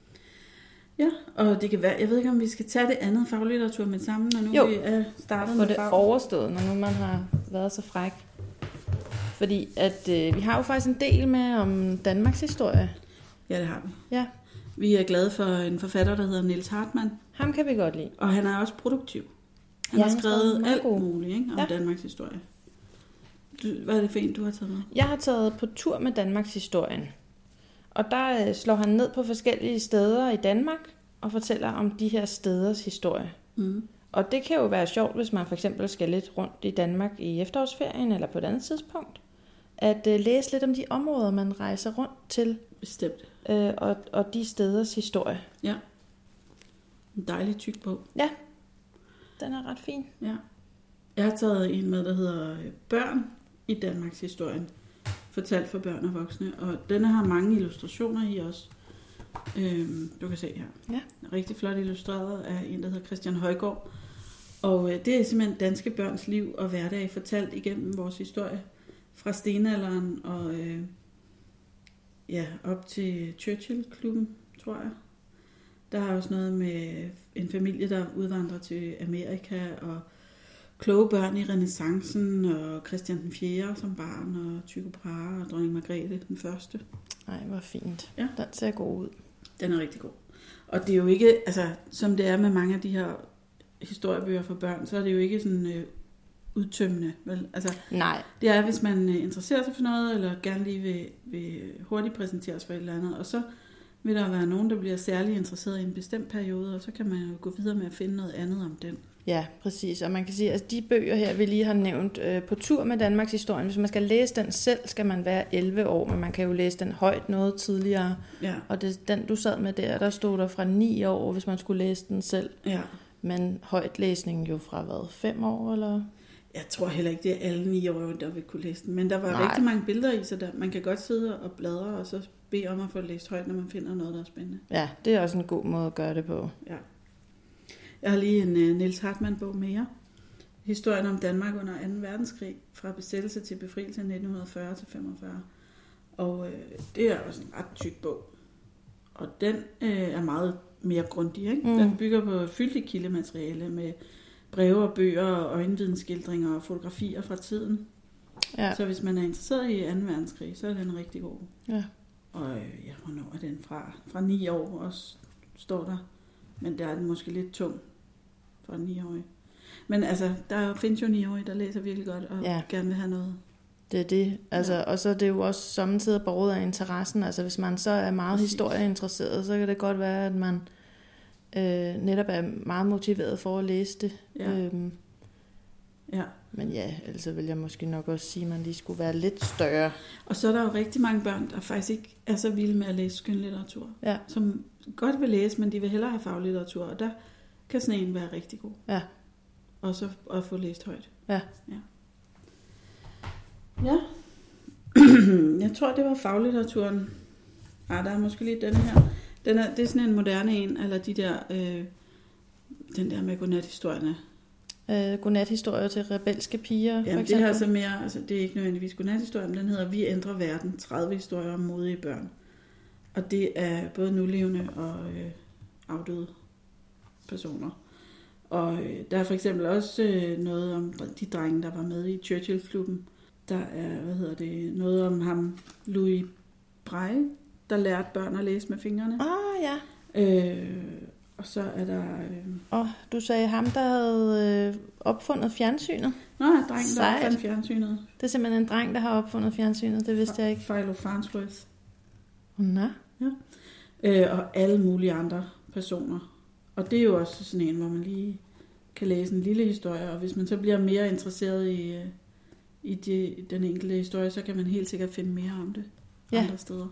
Ja, og det kan være, jeg ved ikke, om vi skal tage det andet faglitteratur med sammen, når nu Jo. vi er startet Få med det fag. overstået, når nu man har været så fræk. Fordi at øh, vi har jo faktisk en del med om Danmarks historie. Ja, det har vi. Ja, Vi er glade for en forfatter, der hedder Niels Hartmann, ham kan vi godt lide. og han er også produktiv. Han Ja, har han har skrevet skrevet meget alt god. muligt, ikke, om Ja. Danmarks historie. Du, hvad er det for en, du har taget med? Jeg har taget på tur med Danmarks historien. Og der øh, slår han ned på forskellige steder i Danmark og fortæller om de her steders historie. Mm. Og det kan jo være sjovt, hvis man for eksempel skal lidt rundt i Danmark i efterårsferien eller på et andet tidspunkt. At øh, læse lidt om de områder, man rejser rundt til, Bestemt. øh, og, og de steders historie. Ja. En dejlig tyk bog. Ja, den er ret fin. Ja. Jeg har taget en med, der hedder Børn i Danmarks historien. fortalt for børn og voksne. Og den har mange illustrationer i også. Øhm, du kan se her. Ja. Rigtig flot illustreret af en, der hedder Christian Højgaard. Og øh, det er simpelthen danske børns liv og hverdag fortalt igennem vores historie. Fra stenalderen og øh, ja, op til Churchill-klubben, tror jeg. Der er også noget med en familie, der udvandrer til Amerika, og kloge børn i renæssancen, og Christian den fjerde som barn, og Tycho Brahe og dronning Margrethe den første. Nej, hvor fint. Ja. Den ser god ud. Den er rigtig god. Og det er jo ikke, altså som det er med mange af de her historiebøger for børn, så er det jo ikke sådan øh, udtømmende. Vel? Altså, Nej. det er, hvis man øh, interesserer sig for noget, eller gerne lige vil, vil hurtigt præsenteres for et eller andet, og så vil der være nogen, der bliver særlig interesseret i en bestemt periode, og så kan man jo gå videre med at finde noget andet om den. Ja, præcis. Og man kan sige, at de bøger her, vi lige har nævnt, øh, på tur med Danmarks historie, hvis man skal læse den selv, skal man være elleve år, men man kan jo læse den højt noget tidligere. Ja. Og det, den, du sad med der, der stod der fra ni år, hvis man skulle læse den selv. Ja. Men højtlæsningen jo fra hvad, fem år, eller? Jeg tror heller ikke, det er alle ni år, der vil kunne læse den. Men der var Nej. rigtig mange billeder i, så der, man kan godt sidde og bladre, og så bede om at få læst højt, når man finder noget, der er spændende. Ja, det er også en god måde at gøre det på. Ja. Jeg har lige en uh, Niels Hartmann-bog mere. Historien om Danmark under anden verdenskrig, fra besættelse til befrielse nitten fyrre til femogfyrre. Og øh, det er også en ret tyk bog. Og den øh, er meget mere grundig, ikke? Mm. Den bygger på fyldigt kildemateriale med breve og bøger og øjenvidensskildringer og fotografier fra tiden. Ja. Så hvis man er interesseret i anden verdenskrig, så er den rigtig god. Ja. Og øh, ja, hvornår er den fra? Fra ni år også, står der. Men der er den måske lidt tung for en niårig. Men altså, der findes jo niårige, der læser virkelig godt og Ja. gerne vil have noget. Det er det. Altså, Ja. og så er det jo også samtidig båret af interessen. Altså, hvis man så er meget Præcis. historieinteresseret, så kan det godt være, at man øh, netop er meget motiveret for at læse det. Ja. Øhm, Ja. men ja, ellers vil jeg måske nok også sige, at man lige skulle være lidt større. Og så er der jo rigtig mange børn, der faktisk ikke er så vilde med at læse skønlitteratur. Ja. Som godt vil læse, men de vil hellere have faglitteratur. Og der kan sådan en være rigtig god. Ja. Og så at få læst højt. Ja. Ja. Ja. Jeg tror, det var faglitteraturen. Ah, der er måske lige den her. Den er, det er sådan en moderne en, eller de der, øh, den der med godnathistorierne. Øh, godnathistorier til rebelske piger, for Jamen, eksempel. det her så mere, altså det er ikke nødvendigvis godnathistorien, men den hedder Vi ændrer verden, tredive historier om modige børn. Og det er både nulevende og øh, afdøde personer. Og øh, der er for eksempel også øh, noget om de drenge, der var med i Churchill-klubben. Der er, hvad hedder det, noget om ham, Louis Braille, der lærte børn at læse med fingrene. Ah, ja. Øh, og så er der... Øh... Og du sagde ham, der havde øh, opfundet fjernsynet. Nå, en dreng, der Sejt. opfandt fjernsynet. Det er simpelthen en dreng, der har opfundet fjernsynet. Det vidste jeg ikke. Philo Farnsworth. Nå. Ja. Øh, og alle mulige andre personer. Og det er jo også sådan en, hvor man lige kan læse en lille historie, og hvis man så bliver mere interesseret i, øh, i de, den enkelte historie, så kan man helt sikkert finde mere om det Ja. andre steder.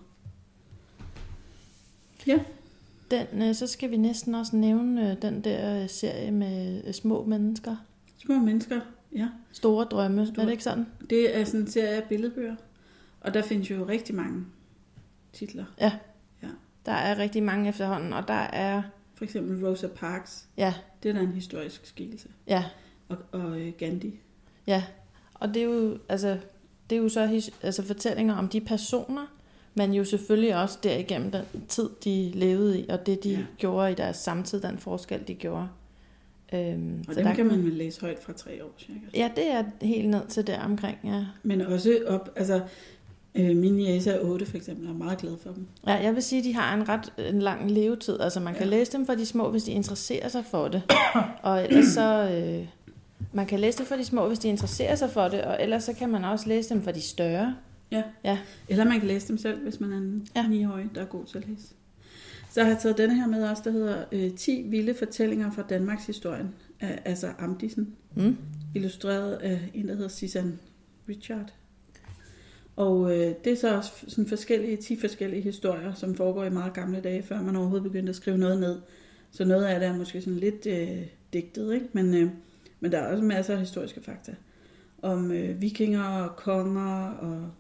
Ja. Den, øh, så skal vi næsten også nævne øh, den der øh, serie med øh, små mennesker. Små mennesker, ja. Store drømme, Store- er det ikke sådan? Det er sådan en serie af billedbøger, og der findes jo rigtig mange titler. Ja. Ja. Der er rigtig mange efterhånden, og der er... For eksempel Rosa Parks, Ja, det er da en historisk skikkelse. ja, Og, og øh, Gandhi. ja. Og det er jo, altså, det er jo så his, altså, fortællinger om de personer, men jo selvfølgelig også derigennem den tid, de levede i, og det, de Ja. ja. gjorde i deres samtid, den forskel, de gjorde. Øhm, Og så dem der kan man vel læse højt fra tre år, cirka. Ja, det er helt ned til der omkring, ja. Men også op, altså øh, min jæse er otte for eksempel, og er meget glad for dem. Ja, jeg vil sige, at de har en ret en lang levetid. Altså, man kan Ja. læse dem for de små, hvis de interesserer sig for det. Og ellers så... Øh, man kan læse det for de små, hvis de interesserer sig for det, og ellers så kan man også læse dem for de større. Ja. Ja. Eller man kan læse dem selv, hvis man er en Ja. niårig, der er god til at læse. Så har jeg taget denne her med også, der hedder øh, ti vilde fortællinger fra Danmarks historien af Asser Amdisen. Mm. Illustreret af en, der hedder Susan Richard. Og øh, det er så også sådan forskellige, ti forskellige historier, som foregår i meget gamle dage, før man overhovedet begyndte at skrive noget ned. Så noget af det er måske sådan lidt øh, digtet, ikke? Men, øh, men der er også masser af historiske fakta. Om øh, vikinger og konger og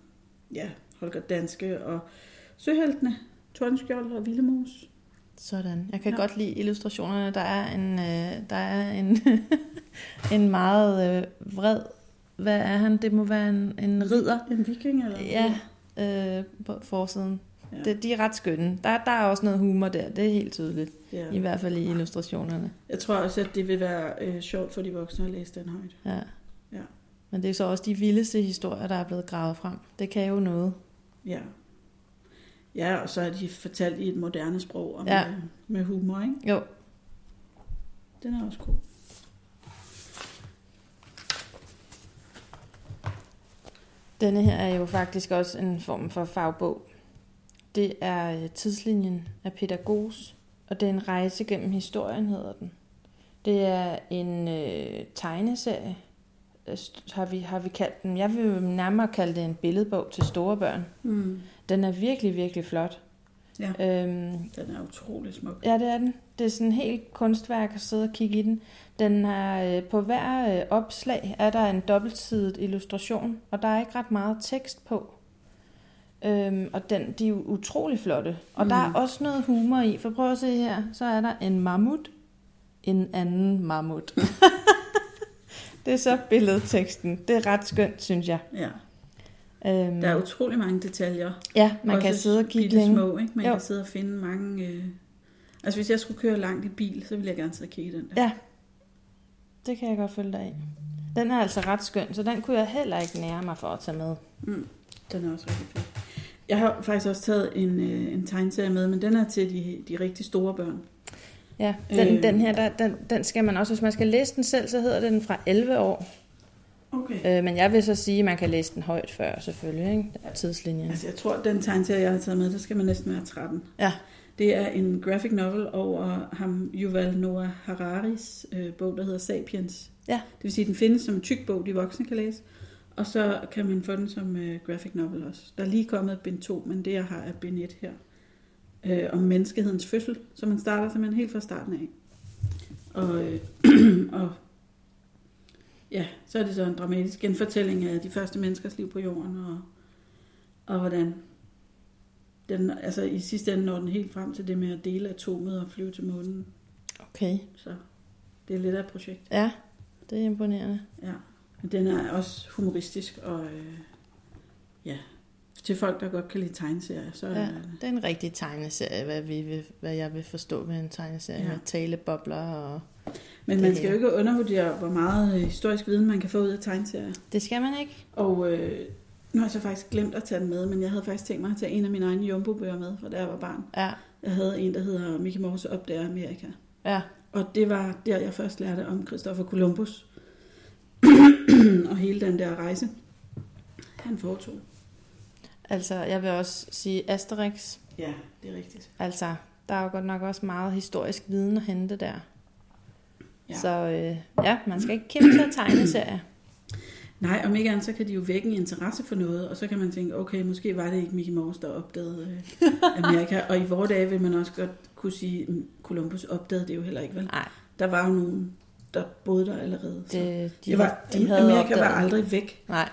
ja, Holger Danske og Søheltene, Tordenskjold og Villemos. Sådan. Jeg kan Ja. ja. godt lide illustrationerne. Der er en, øh, der er en, en meget øh, vred, hvad er han? Det må være en, en ridder. En viking eller Ja, øh, på forsiden. Ja. Det, de er ret skønne. Der, der er også noget humor der, det er helt tydeligt. Ja. I hvert fald i illustrationerne. Jeg tror også, at det vil være øh, sjovt for de voksne at læse den højt. Ja. Ja. Men det er så også de vildeste historier, der er blevet gravet frem. Det kan jo noget. Ja. Ja, og så er de fortalt i et moderne sprog og Ja. med, med humor, ikke? Jo. Den er også god. Denne her er jo faktisk også en form for fagbog. Det er øh, Tidslinjen af Peter Goos, og det er en rejse gennem historien, hedder den. Det er en øh, tegneserie, øh, har vi, har vi kaldt den. Jeg vil jo nærmere kalde det en billedbog til store børn. Mm. Den er virkelig, virkelig flot. Ja, Øhm, den er utrolig smuk. ja, det er den. Det er sådan helt kunstværk at sidde og kigge i den. Den er, øh, på hver øh, opslag er der en dobbeltsidet illustration, og der er ikke ret meget tekst på. Øhm, og den, de er jo utrolig flotte. Og mm. der er også noget humor i, for prøv at se her, så er der en mammut, en anden mammut. Det er så billedteksten. Det er ret skønt, synes jeg. Ja. Øhm, Der er utrolig mange detaljer. ja, man Også kan sidde og kigge bitte længe. små, ikke? Man Jo. kan sidde og finde mange... Øh... Altså, hvis jeg skulle køre langt i bil, så ville jeg gerne sidde og kigge i den der. Ja, det kan jeg godt følge dig af. Den er altså ret skøn, så den kunne jeg heller ikke nære mig for at tage med. Mm. Den er også rigtig fed. Jeg har faktisk også taget en, øh, en tegneserie med, men den er til de, de rigtig store børn. Ja, den, Øh. den her, der, den, den skal man også, hvis man skal læse den selv, så hedder den fra elleve år. Okay. Øh, men jeg vil så sige, at man kan læse den højt før, selvfølgelig, ikke? Der er tidslinjen. Altså, jeg tror, at den tegneserie, jeg har taget med, der skal man næsten være tretten. Ja, Det er en graphic novel over ham, Yuval Noah Hararis øh, bog, der hedder Sapiens. ja, Det vil sige, at den findes som en tyk bog, de voksne kan læse. Og så kan man få den som øh, graphic novel også. Der er lige kommet bind to, men det jeg har er bind et her. Øh, om menneskehedens fødsel, så man starter simpelthen helt fra starten af. Og, øh, og ja, så er det så en dramatisk genfortælling af de første menneskers liv på jorden, og, og hvordan den, altså i sidste ende når den helt frem til det med at dele atomet og flyve til månen. okay. Så det er lidt af et projekt. Ja, det er imponerende. Ja, men den er også humoristisk, og øh, ja, til folk, der godt kan lide tegneserier, så Ja, ja. det er en rigtig tegneserie, hvad, vi vil, hvad jeg vil forstå ved en tegneserie, Ja. med talebobler og... Men det man skal her. jo ikke undervurdere, hvor meget øh, historisk viden man kan få ud af tegneserier. Det skal man ikke. Og øh, nu har jeg så faktisk glemt at tage den med, men jeg havde faktisk tænkt mig at tage en af mine egne Jumbo-bøger med, fra da jeg var barn. Ja, Jeg havde en, der hedder Mickey Mouse opdager Amerika. ja. Og det var der, jeg først lærte om Christopher Columbus. Og hele den der rejse, han foretog. Altså, jeg vil også sige Asterix. Ja, det er rigtigt. Altså, der er jo godt nok også meget historisk viden at hente der. Ja. Ja. Så øh, ja, man skal ikke kæmpe sig at tegneserier. Nej, om ikke andet, så kan de jo vække en interesse for noget, og så kan man tænke, okay, måske var det ikke Mickey Mouse, der opdagede øh, Amerika. Og i vore dage vil man også godt kunne sige, at Columbus opdagede det jo heller ikke, vel? Nej, Der var jo nogen, der boede der allerede. Så. det, de, det var, de havde Amerika opdaget. var aldrig væk. Nej,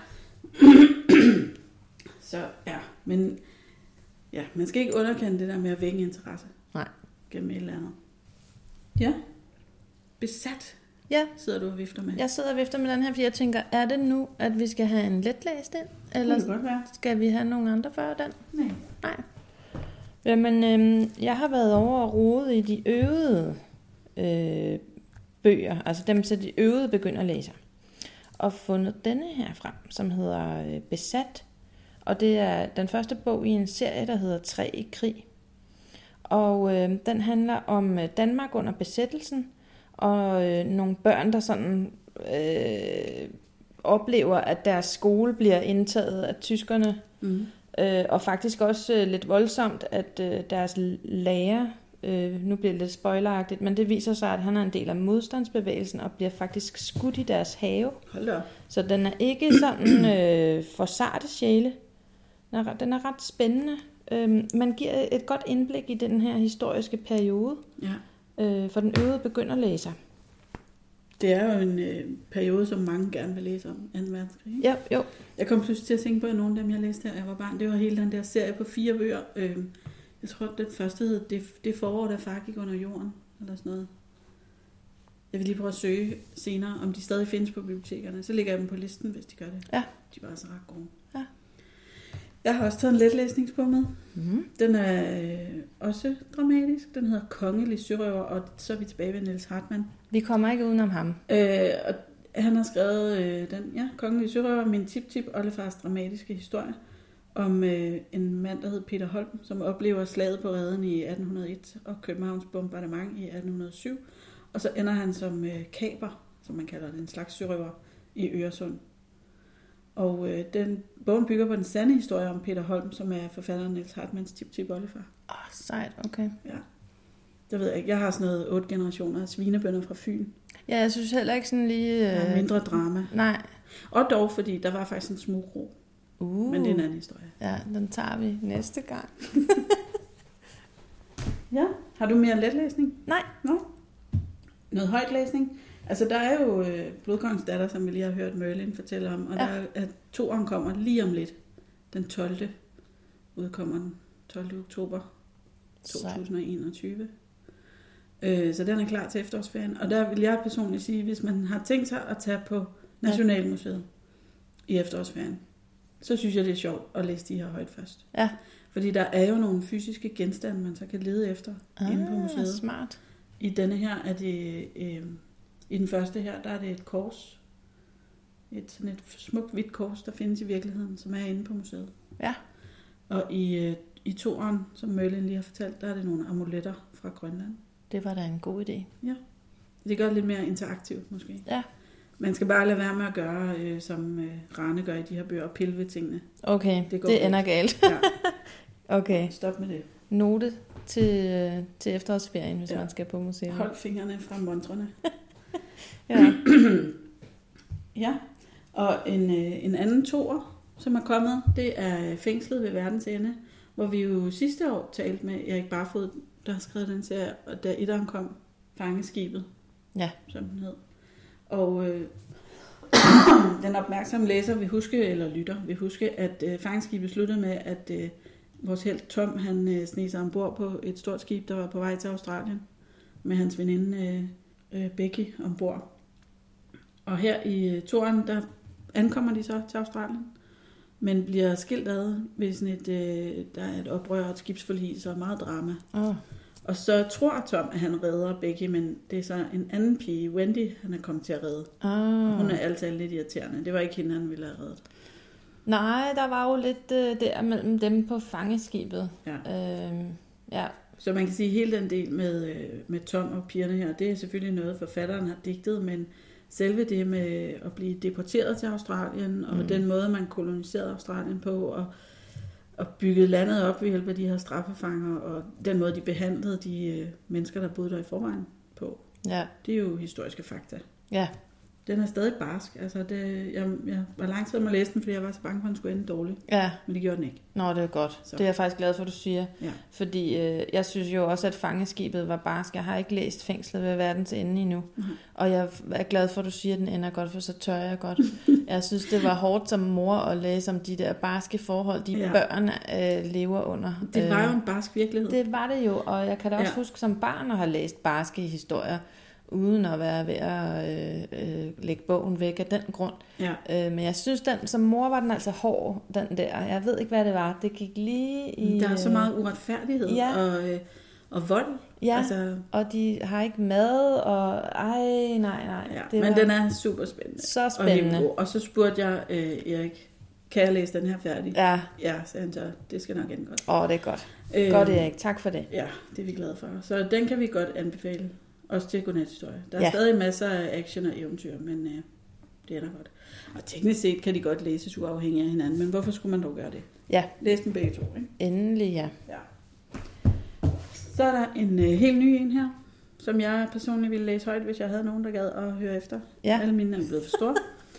Så ja, men ja, man skal ikke underkende det der med at vække interesse. Nej. Gennem et eller andet. Ja. Besat ja, sidder du og vifter med. jeg sidder og vifter med den her, fordi jeg tænker, er det nu, at vi skal have en letlæst ind? Det Eller kunne godt være. skal vi have nogle andre før den? Nej. Nej. Jamen, øhm, jeg har været over og rode i de øvede øh, bøger, altså dem, så de øvede begynder at læse, og fundet denne her frem, som hedder øh, Besat, og det er den første bog i en serie, der hedder Tre i krig. Og øh, den handler om øh, Danmark under besættelsen, og øh, nogle børn, der sådan øh, oplever, at deres skole bliver indtaget af tyskerne, Mm. øh, og faktisk også øh, lidt voldsomt, at øh, deres lærer, øh, nu bliver det lidt spoileragtigt, men det viser sig, at han er en del af modstandsbevægelsen, og bliver faktisk skudt i deres have. Hold da op. Så den er ikke sådan øh, for sarte sjæle. Den er, den er ret spændende. Øh, man giver et godt indblik i den her historiske periode, Ja. øh, for den øvede begynderlæser. Det er jo en øh, periode, som mange gerne vil læse om, anden verdenskrig. Ja, jo. Jeg kom pludselig til at tænke på, at nogle af dem, jeg læste her, jeg var barn, det var hele den der serie på fire bøger. Øh, jeg tror, den første hed Det, det forår, der far gik under jorden, eller sådan noget. Jeg vil lige prøve at søge senere, om de stadig findes på bibliotekerne. Så lægger jeg dem på listen, hvis de gør det. Ja. De var altså ret gode. Ja. Jeg har også taget en letlæsningsbog med. Mm-hmm. Den er øh, også dramatisk. Den hedder Kongelig Sørøver, og så er vi tilbage ved Niels Hartmann. Vi kommer ikke udenom ham. Øh, og han har skrevet øh, den, ja, Kongelig Sørøver, min tip-tip, oldefars dramatiske historie, om øh, en mand, der hed Peter Holm, som oplever slaget på Reden i atten hundrede og et og Københavns bombardement i atten hundrede og syv. Og så ender han som øh, kaper, som man kalder det, en slags sørøver, i Øresund. Og øh, den bogen bygger på den sande historie om Peter Holm, som er forfatteren Niels Hartmanns tip-tip oldefar. Åh, oh, sejt, okay. Ja. Det ved jeg ikke. Jeg har sådan noget otte generationer af svinebønder fra Fyn. Ja, jeg synes heller ikke sådan lige... Øh... Ja, mindre drama. Nej. Og dog, fordi der var faktisk en smugro. Uh. Men det er en anden historie. Ja, den tager vi næste gang. Ja. Har du mere letlæsning? Nej. Nå. Noget højtlæsning? Altså, der er jo øh, Blodkongens datter, som vi lige har hørt Merlin fortælle om. Og ja. Der er, at toeren kommer lige om lidt. Den tolvte udkommer den tolvte oktober to tusind og enogtyve. Øh, så den er klar til efterårsferien. Og der vil jeg personligt sige, hvis man har tænkt sig at tage på Nationalmuseet i efterårsferien, så synes jeg, det er sjovt at læse de her højt først. Ja. Fordi der er jo nogle fysiske genstande, man så kan lede efter ah, inde på museet. Smart. I denne her er det, øh, i den første her, der er det et kors. Et sådan et smukt hvidt kors, der findes i virkeligheden, som er inde på museet. Ja. Og i, øh, i toeren, som Merlin lige har fortalt, der er det nogle amuletter fra Grønland. Det var da en god idé. Ja. Det gør det lidt mere interaktivt måske. Ja. Man skal bare lade være med at gøre, øh, som øh, Rane gør i de her bøger, og pille ved tingene. Okay, det, det ender galt. Ja. Okay. Stop med det. Note til, til efterårsferien, hvis ja. man skal på museet. Hold fingrene fra montrene. Ja. Ja, og en, øh, en anden toer, som er kommet, det er Fængslet ved verdens ende, hvor vi jo sidste år talte med Erik Barfod, der har skrevet den serie, og da etteren kom, Fangeskibet, ja. som den hed. Og øh, den opmærksomme læser vil huske, eller lytter, vil huske, at øh, Fangeskibet sluttede med, at øh, vores helt Tom, han øh, sneg sig ombord på et stort skib, der var på vej til Australien, med hans veninde øh, øh, Becky ombord. Og her i øh, toeren, der ankommer de så til Australien, men bliver skilt ad ved sådan et, øh, der er et oprør og et skibsforlis og meget drama. Oh. Og så tror Tom, at han redder Becky, men det er så en anden pige, Wendy, han er kommet til at redde. Oh. Hun er altid lidt irriterende. Det var ikke hende, han ville have reddet. Nej, der var jo lidt øh, der mellem dem på fangeskibet. Ja. Øh, ja. Så man kan sige, at hele den del med, øh, med Tom og pigerne her, det er selvfølgelig noget, forfatteren har digtet, men selve det med at blive deporteret til Australien, og mm. den måde, man koloniserede Australien på, og, og byggede landet op ved hjælp af de her straffefanger, og den måde, de behandlede de øh, mennesker, der boede der i forvejen på. Ja. Det er jo historiske fakta. Ja. Den er stadig barsk. Altså det, jeg, jeg var lang tid om at læse den, fordi jeg var så bange for, at den skulle ende dårligt. Ja. Men det gjorde den ikke. Nå, det er godt. Så. Det er jeg faktisk glad for, at du siger. Ja. Fordi øh, jeg synes jo også, at Fangeskibet var barsk. Jeg har ikke læst Fængslet ved verdens ende endnu. Mm-hmm. Og jeg er glad for, at du siger, at den ender godt, for så tør jeg godt. Jeg synes, det var hårdt som mor at læse om de der barske forhold, de ja. børn øh, lever under. Det var jo en barsk virkelighed. Det var det jo, og jeg kan da også ja. huske som barn at have læst barske historier, uden at være ved at øh, øh, lægge bogen væk af den grund. Ja. Øh, men jeg synes, den som mor var den altså hård, den der. Jeg ved ikke, hvad det var. Det gik lige i... Der er så meget uretfærdighed ja. og, øh, og vold. Ja, altså... og de har ikke mad, og ej, nej, nej. Ja, det men var den er super spændende. Så spændende. Og, og så spurgte jeg øh, Erik, kan jeg læse den her færdig? Ja. Ja, så han så, det skal nok ende godt. Åh, oh, det er godt. Øh, godt, Erik. Tak for det. Ja, det er vi glade for. Så den kan vi godt anbefale. Også til godnathistorie. Der er ja. stadig masser af action og eventyr, men øh, det er der godt. Og teknisk set kan de godt læses uafhængigt af hinanden, men hvorfor skulle man dog gøre det? Ja. Læs dem begge to, ikke? Endelig, ja. ja. Så er der en øh, helt ny en her, som jeg personligt ville læse højt, hvis jeg havde nogen, der gad at høre efter. Ja. Alle mine er blevet for store.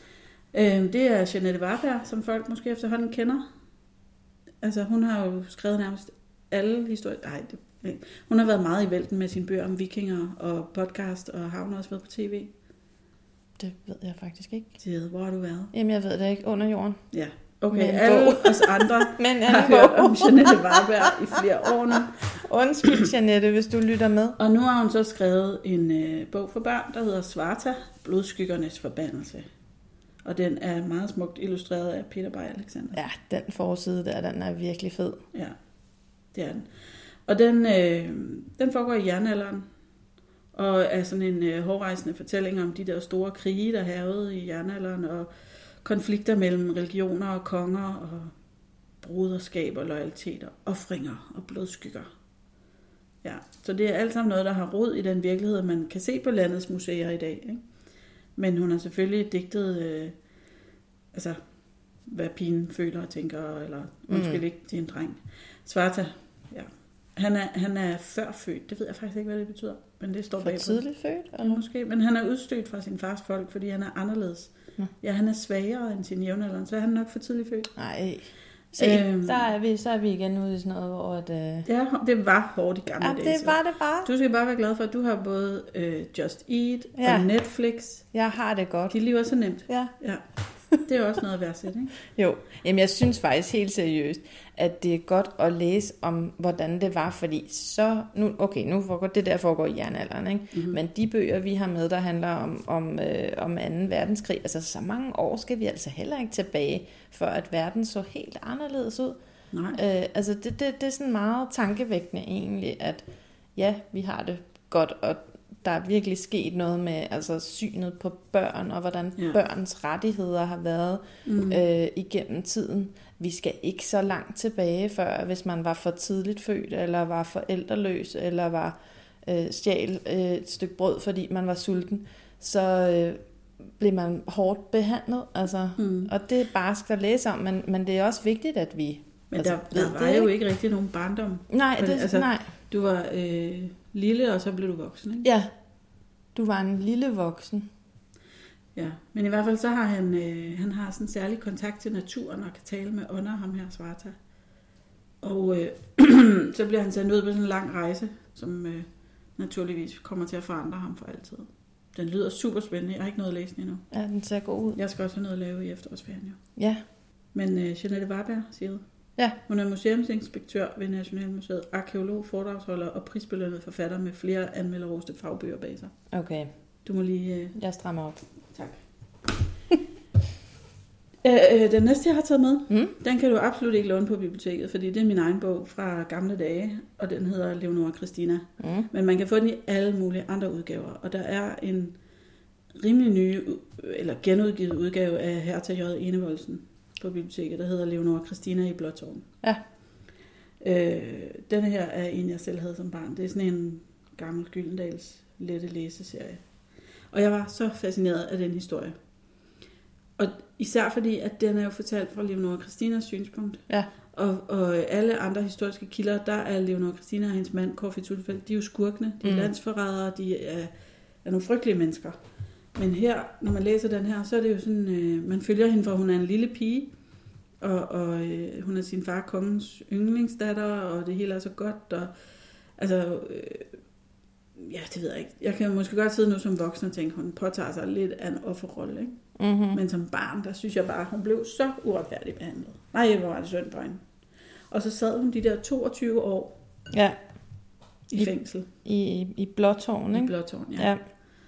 øh, det er Jeanette Varberg, som folk måske efterhånden kender. Altså, hun har jo skrevet nærmest alle historier. Nej, det Hun har været meget i vælten med sine bøger om vikinger og podcast, og har hun også været på tv. Det ved jeg faktisk ikke. Sid, hvor har du været? Jamen, jeg ved det ikke. Under jorden. Ja. Okay, Men alle bog. os andre Men har hørt om Jeanette Varberg i flere år nu. Undskyld, Jeanette, hvis du lytter med. Og nu har hun så skrevet en øh, bog for børn, der hedder Svarta, Blodskyggernes forbandelse. Og den er meget smukt illustreret af Peter Bay Alexander. Ja, den forside der, den er virkelig fed. Ja, det er den. Og den, øh, den foregår i jernalderen, og er sådan en øh, hårrejsende fortælling om de der store krige, der hærgede i jernalderen, og konflikter mellem religioner og konger, og broderskab og loyaliteter, ofringer og blodskygger. Ja, så det er alt sammen noget, der har rod i den virkelighed, man kan se på landets museer i dag. Ikke? Men hun har selvfølgelig digtet, øh, altså, hvad pigen føler og tænker, eller undskyld ikke til en dreng. Svarta, ja. Han er, han er førfødt, det ved jeg faktisk ikke, hvad det betyder, men det står bagpå. For tidligt født? Eller? Måske, men han er udstødt fra sin fars folk, fordi han er anderledes. Nå. Ja, han er svagere end sin jævnaldrende, så er han nok for tidligt født. Nej. Se, Øhm. der er vi, så er vi igen ude i sådan noget, hvor at... Øh... Ja, det var hårdt i gamle Ja, dage. det så. var det bare. Du skal bare være glad for, at du har både øh, Just Eat Ja. og Netflix. Jeg har det godt. Dit liv er så nemt. Ja. Ja. Det er også noget at værdsætte, ikke? Jo, jamen jeg synes faktisk helt seriøst, at det er godt at læse om, hvordan det var, fordi så, nu, okay, nu foregår det der foregår i jernalderen, ikke? Mm-hmm. Men de bøger, vi har med, der handler om, om, øh, om anden verdenskrig, altså så mange år skal vi altså heller ikke tilbage, før at verden så helt anderledes ud. Nej. Øh, altså det, det, det er sådan meget tankevækkende egentlig, at ja, vi har det godt, og der er virkelig sket noget med altså synet på børn, og hvordan Ja. børns rettigheder har været mm. øh, igennem tiden. Vi skal ikke så langt tilbage før, hvis man var for tidligt født, eller var forældreløs, eller var øh, stjal øh, et stykke brød, fordi man var sulten, så øh, blev man hårdt behandlet. Altså, mm. Og det er bare skal læse om, men, men det er også vigtigt, at vi... Men altså, der, ved der var det, jo ikke rigtig nogen barndom. Nej, det, altså, nej. Du var øh, lille, og så blev du voksen, ikke? Ja, du var en lille voksen. Ja, men i hvert fald så har han, øh, han har sådan en særlig kontakt til naturen, og kan tale med ånder, ham her Svarta. Og øh, så bliver han sendt ud på sådan en lang rejse, som øh, naturligvis kommer til at forandre ham for altid. Den lyder super spændende. Jeg har ikke noget at læse den endnu. Ja, den ser god ud. Jeg skal også have noget at lave i efterårsferien, jo. Ja. Men øh, Jeanette Varberg, siger du? Ja. Hun er museumsinspektør ved Nationalmuseet, arkeolog, foredragsholder og prisbelønnet forfatter med flere anmelderoste fagbøger bag sig. Okay. Du må lige... Øh... Jeg strammer op. Tak. øh, øh, den næste, jeg har taget med, mm? den kan du absolut ikke låne på biblioteket, fordi det er min egen bog fra gamle dage, og den hedder Leonora Christina. Mm. Men man kan få den i alle mulige andre udgaver, og der er en rimelig ny, eller genudgivet udgave af Hertha J. Enevoldsen på biblioteket, der hedder Leonora Christina i Blåtårn. Ja. Øh, denne her er en, jeg selv havde som barn. Det er sådan en gammel Gyldendals lette læseserie. Og jeg var så fascineret af den historie. Og især fordi, at den er jo fortalt fra Leonora Christinas synspunkt. Ja. Og, og alle andre historiske kilder, der er Leonora Christina og hendes mand, Corfi Tulfeldt, de er jo skurkene, de er mm. landsforrædere, de er, er nogle frygtelige mennesker. Men her, når man læser den her, så er det jo sådan, øh, man følger hende fra, hun er en lille pige, og, og øh, hun er sin far kongens yndlingsdatter, og det hele er så godt, og altså, øh, ja, det ved jeg ikke. Jeg kan måske godt sidde nu som voksen og tænke, hun påtager sig lidt af en offerrolle, ikke? Mm-hmm. Men som barn, der synes jeg bare, hun blev så uretfærdigt behandlet. Nej, hvor var det synd for hende. Og så sad hun de der toogtyve år ja. i, I fængsel. I, i, i Blåtårn, ikke? I Blåtårn, ja.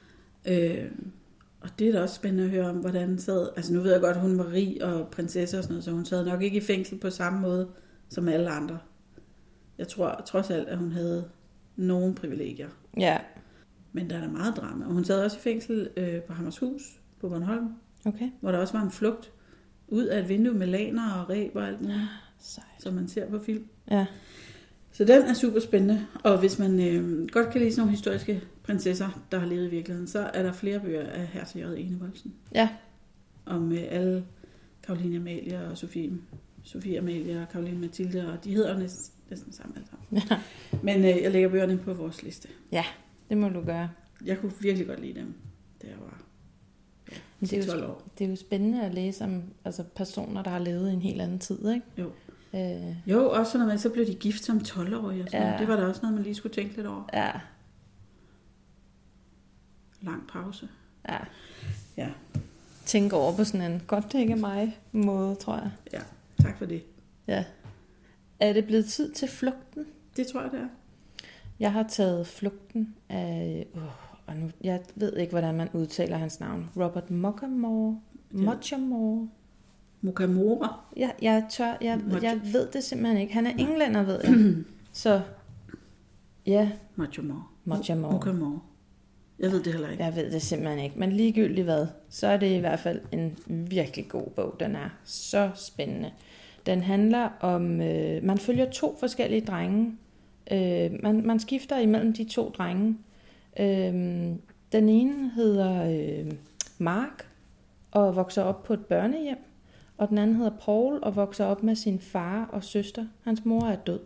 ja. Øh, og det er da også spændende at høre om, hvordan hun sad. Altså nu ved jeg godt, at hun var rig og prinsesse og sådan noget, så hun sad nok ikke i fængsel på samme måde som alle andre. Jeg tror trods alt, at hun havde nogle privilegier. Ja. Men der er da meget drama. Og hun sad også i fængsel øh, på Hammershus på Bornholm. Okay. Hvor der også var en flugt ud af et vindue med laner og ræb og alt muligt. Sejt. Som man ser på film. Ja. Så den er super spændende. Og hvis man øh, godt kan lide sådan nogle historiske prinsesser, der har levet i virkeligheden, så er der flere bøger af Hertha J. Enevoldsen. Ja. Om øh, alle Caroline Amalie og Sofie, Sofie Amalie og Caroline Mathilde, og de hedder næsten, næsten sammen alle sammen. Ja. Men øh, jeg lægger bøgerne på vores liste. Ja, det må du gøre. Jeg kunne virkelig godt lide dem, da jeg var ja, Men det er tolv jo, år. Det er jo spændende at læse om altså personer, der har levet i en helt anden tid, ikke? Jo. Øh. Jo, også når man så blev de gift som tolv-årige. Og sådan. Ja. Det var da også noget, man lige skulle tænke lidt over. Ja. Lang pause. Ja. Ja. tænke over på sådan en godt det ikke er mig måde, tror jeg. Ja, tak for det. Ja. Er det blevet tid til flugten? Det tror jeg, det er. Jeg har taget flugten af... Uh, og nu, jeg ved ikke, hvordan man udtaler hans navn. Robert Muchamore? Muchamore? Muchamore? Jeg, jeg, tør, jeg, jeg ved det simpelthen ikke. Han er englænder, ved jeg. Så, ja. Muchamore. Muchamore. Muchamore. Jeg ved det heller ikke. Jeg ved det simpelthen ikke. Men ligegyldigt hvad, så er det i hvert fald en virkelig god bog. Den er så spændende. Den handler om... Øh, man følger to forskellige drenge. Øh, man, man skifter imellem de to drenge. Øh, den ene hedder øh, Mark og vokser op på et børnehjem. Og den anden hedder Paul og vokser op med sin far og søster. Hans mor er død.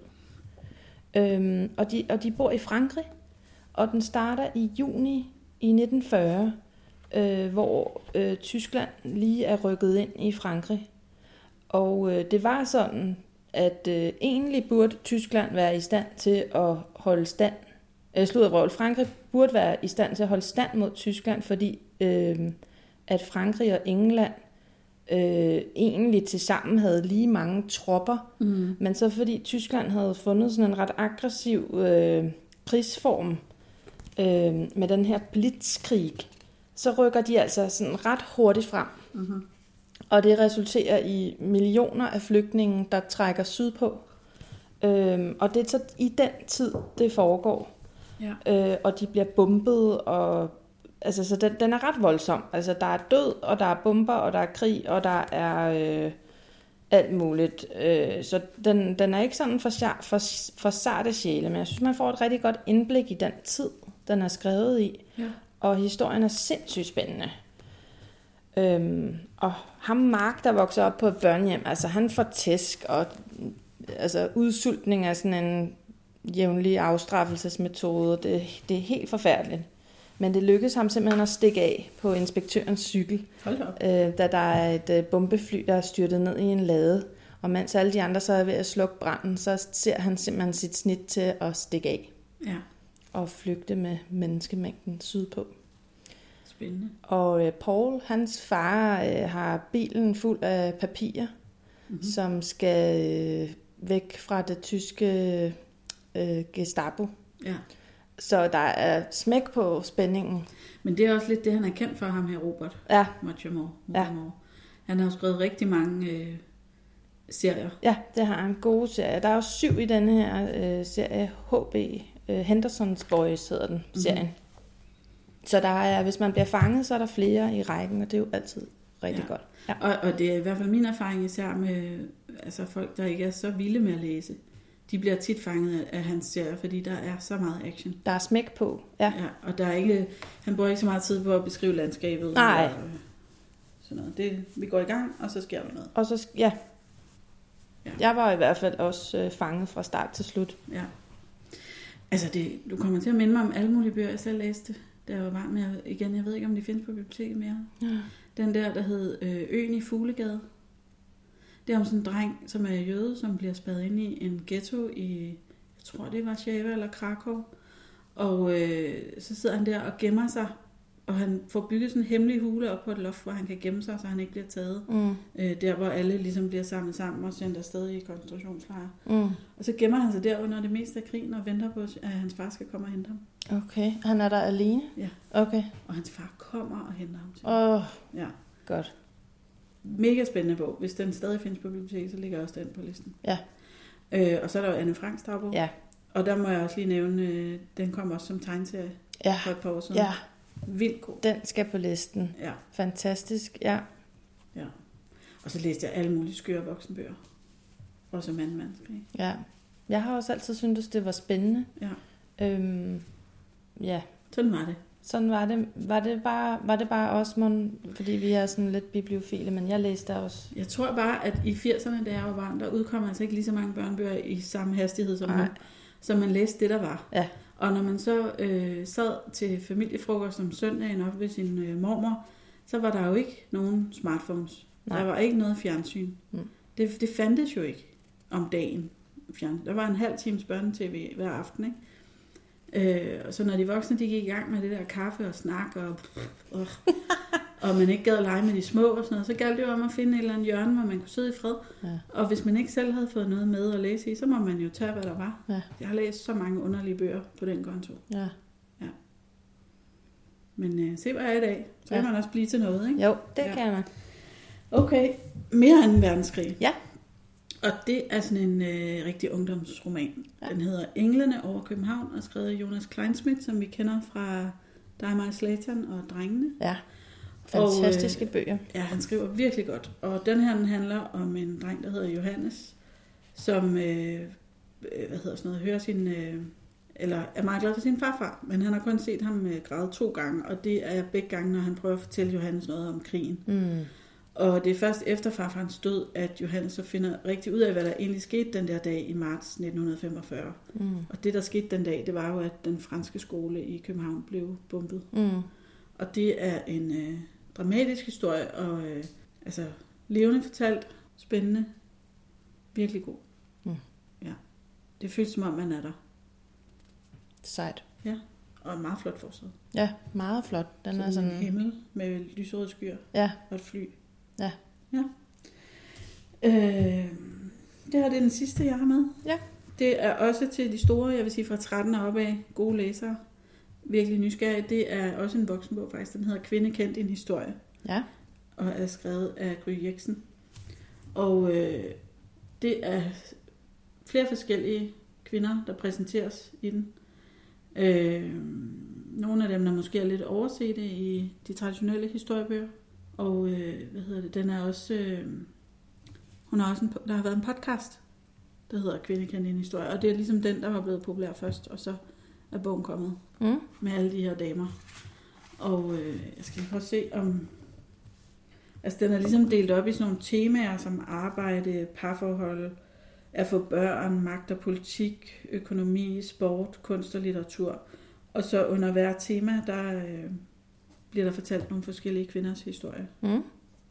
Øh, og, de, og de bor i Frankrig. Og den starter i juni i nitten fyrre, øh, hvor øh, Tyskland lige er rykket ind i Frankrig. Og øh, det var sådan, at øh, egentlig burde Tyskland være i stand til at holde stand. Øh, Sluddervrøvl. Frankrig burde være i stand til at holde stand mod Tyskland, fordi øh, at Frankrig og England øh, egentlig tilsammen havde lige mange tropper. Mm. Men så fordi Tyskland havde fundet sådan en ret aggressiv øh, krigsform, Øh, med den her blitzkrig, så rykker de altså sådan ret hurtigt frem. Mm-hmm. Og det resulterer i millioner af flygtninge, der trækker sydpå. Øh, og det er så i den tid, det foregår. Ja. Øh, og de bliver bombet, og altså, så den, den er ret voldsom. Altså, der er død, og der er bomber, og der er krig, og der er øh, alt muligt. Øh, så den, den er ikke sådan for, for, for sarte sjæle, men jeg synes, man får et rigtig godt indblik i den tid, den er skrevet i, ja. Og historien er sindssygt spændende. Øhm, og ham Mark, der vokser op på et børnehjem, altså han får tæsk, og altså udsultning er sådan en jævnlig afstraffelsesmetode. Det, det er helt forfærdeligt. Men det lykkedes ham simpelthen at stikke af på inspektørens cykel, øh, da der er et øh, bombefly, der er styrtet ned i en lade. Og mens alle de andre så er ved at slukke branden, så ser han simpelthen sit snit til at stikke af. Ja. Og flygte med menneskemængden sydpå. Spændende. Og øh, Paul, hans far, øh, har bilen fuld af papirer, mm-hmm. som skal øh, væk fra det tyske øh, Gestapo. Ja. Så der er smæk på spændingen. Men det er også lidt det, han er kendt for, ham her, Robert. Ja. Muchamore. Ja. Han har jo skrevet rigtig mange øh, serier. Ja, det har han. Gode serier. Der er jo syv i denne her øh, serie, H B øh, Henderson's Boys hedder den, serien. Mm-hmm. Så der er, hvis man bliver fanget, så er der flere i rækken, og det er jo altid rigtig ja. godt. Ja. Og, og det er i hvert fald min erfaring, især med altså folk, der ikke er så vilde med at læse. De bliver tit fanget af hans serier, fordi der er så meget action. Der er smæk på, ja. Ja, og der er ikke, han bruger ikke så meget tid på at beskrive landskabet. Nej. Og sådan noget. Det, vi går i gang, og så sker der noget. Og så, ja. ja. Jeg var i hvert fald også øh, fanget fra start til slut. Ja. Altså, det, du kommer til at minde mig om alle mulige bøger, jeg selv læste, da jeg var barn. Men jeg, igen, jeg ved ikke, om de findes på biblioteket mere. Ja. Den der, der hed øh, Øen i Fuglegade. Det er om sådan en dreng, som er jøde, som bliver spadet ind i en ghetto i, jeg tror det var Warszawa eller Krakow. Og øh, så sidder han der og gemmer sig, og han får bygget sådan en hemmelig hule op på et loft, hvor han kan gemme sig, så han ikke bliver taget. Mm. Øh, der hvor alle ligesom bliver samlet sammen og sendt afsted i koncentrationslejre. Mm. Og så gemmer han sig der under det meste af krigen og venter på, at hans far skal komme og hente ham. Okay, han er der alene? Ja. Okay. Og hans far kommer og henter ham til. Åh, oh, ja. Godt. Mega spændende bog. Hvis den stadig findes på biblioteket, så ligger også den på listen. Ja. Øh, og så er der jo Anne Franks dagbog. Ja. Og der må jeg også lige nævne, øh, den kom også som tegneserie ja. for et par år siden. Ja. Vildt god. Den skal på listen. Ja. Fantastisk, ja. Ja. Og så læste jeg alle mulige skøre voksenbøger. Også mand mandskrig. Ja. Jeg har også altid syntes, det var spændende. Ja. Øhm, ja. Sådan var det. Sådan var det. Var det bare, var det bare også, man, fordi vi er sådan lidt bibliofile, men jeg læste også. Jeg tror bare, at i firserne, da jeg var barn, der udkom altså ikke lige så mange børnebøger i samme hastighed som nu. Så man læste det, der var. Ja. Og når man så øh, sad til familiefrokost om søndagen op ved sin øh, mormor, så var der jo ikke nogen smartphones. Nej. Der var ikke noget fjernsyn. Mm. Det, det fandtes jo ikke om dagen. Fjern. Der var en halv times børnetv hver aften, ikke? Øh, og så når de voksne de gik i gang med det der kaffe og snak og, og og man ikke gad lege med de små og sådan noget, så galt det jo om at finde et eller andet hjørne, hvor man kunne sidde i fred. Ja. Og hvis man ikke selv havde fået noget med at læse i, så må man jo tage, hvad der var. Ja. Jeg har læst så mange underlige bøger på den konto. Ja. Ja. Men øh, se, hvad jeg er i dag. Så ja. Kan man også blive til noget, ikke? Jo, det ja. Kan man. Okay, mere end verdenskrig. Ja. Og det er sådan en øh, rigtig ungdomsroman. Ja. Den hedder Englene over København, og skrevet af Jonas Kleinschmidt, som vi kender fra Dig, mig, Zlatan og Drengene. Ja, fantastiske og, øh, bøger. Ja, han skriver virkelig godt. Og den her den handler om en dreng, der hedder Johannes, som øh, hvad hedder sådan noget, hører sin, øh, eller er meget glad for sin farfar, men han har kun set ham øh, græde to gange, og det er begge gange, når han prøver at fortælle Johannes noget om krigen. Mm. Og det er først efter farfarens død, at Johannes så finder rigtig ud af, hvad der egentlig skete den der dag i marts nitten femogfyrre. Mm. Og det, der skete den dag, det var jo, at den franske skole i København blev bombet. Mm. Og det er en øh, dramatisk historie, og øh, altså levende fortalt, spændende, virkelig god. Mm. Ja. Det føles som om, man er der. Sejt. Ja, og en meget flot forside. Ja, meget flot. Den sådan er sådan en himmel med lyserøde skyer ja. Og et fly. Ja. Ja. Øh, det her det er den sidste, jeg har med. Ja. Det er også til de store, jeg vil sige fra tretten og opad, gode læsere. Virkelig nysgerrige. Det er også en voksenbog faktisk. Den hedder Kvinde kendt en historie. Ja. Og er skrevet af Gry Jeksen. Og øh, det er flere forskellige kvinder, der præsenteres i den. Øh, nogle af dem, der måske er lidt oversete i de traditionelle historiebøger. Og øh, hvad hedder det? Den er også, øh, hun har også en, der har været en podcast, der hedder Kvinde kendt en historie. Og det er ligesom den, der var blevet populær først, og så er bogen kommet mm. med alle de her damer. Og øh, jeg skal prøve at se om, altså den er ligesom delt op i sådan nogle temaer som arbejde, parforhold, at få børn, magt og politik, økonomi, sport, kunst og litteratur. Og så under hver tema, der øh, bliver der fortalt nogle forskellige kvinders historie. Mm.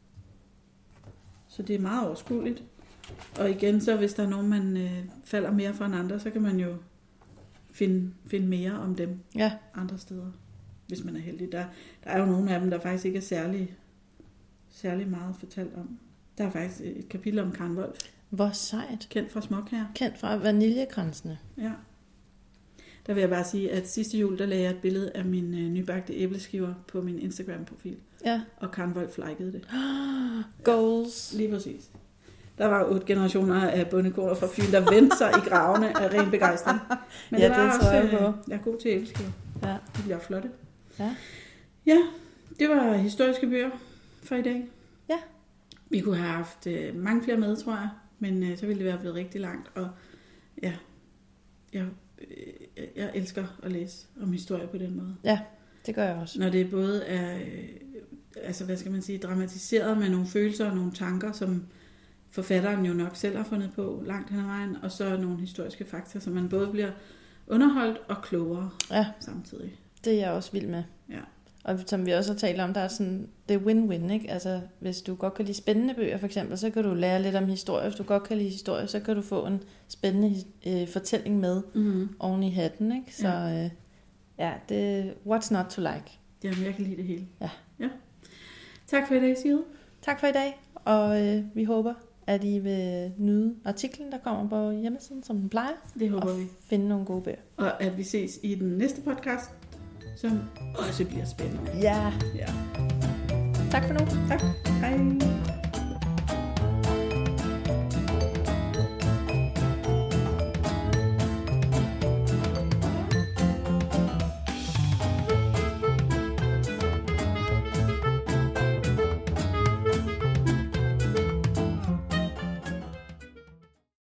Så det er meget overskueligt. Og igen, så hvis der er nogen, man øh, falder mere fra en andre, så kan man jo finde, finde mere om dem ja. Andre steder, hvis man er heldig. Der, der er jo nogle af dem, der faktisk ikke er særlig, særlig meget fortalt om. Der er faktisk et kapitel om Karen Wolf. Hvor sejt. Kendt fra Småkager. Kendt fra Vaniljekransene. Ja. Der vil jeg bare sige, at sidste jul, der lagde jeg et billede af mine øh, nybagte æbleskiver på min Instagram-profil. Ja. Og Karen Wolf likede det. Goals. Lige præcis. Der var otte generationer af bondekoner fra Fyn, der vendte sig i gravene af ren begejstring. Men ja, det var det også, jeg øh, på. Jeg er god til æbleskiver. Ja. De bliver flotte. Ja. Ja, det var historiske bøger for i dag. Ja. Vi kunne have haft øh, mange flere med, tror jeg. Men øh, så ville det være blevet rigtig langt. Og ja, jeg, øh, jeg elsker at læse om historie på den måde. Ja, det gør jeg også. Når det både er, øh, altså hvad skal man sige, dramatiseret med nogle følelser og nogle tanker, som forfatteren jo nok selv har fundet på langt hen ad vejen, og så nogle historiske fakta, så man både bliver underholdt og klogere ja. Samtidig. Det er jeg også vild med. Ja. Og som vi også har talt om, der er sådan, det er win-win, ikke? Altså, hvis du godt kan lide spændende bøger, for eksempel, så kan du lære lidt om historie. Hvis du godt kan lide historie, så kan du få en spændende øh, fortælling med mm-hmm. oven i hatten, ikke? Så ja, øh, ja det what's not to like. Jamen, jeg kan lide det hele. Ja. Ja. Tak for i dag, Sigrid. Tak for i dag, og øh, vi håber, at I vil nyde artiklen, der kommer på hjemmesiden, som den plejer. Det håber og vi. Finde nogle gode bøger. Og at vi ses i den næste podcast, som også bliver spændende. Ja. Ja. Tak for nu. Tak. Hej.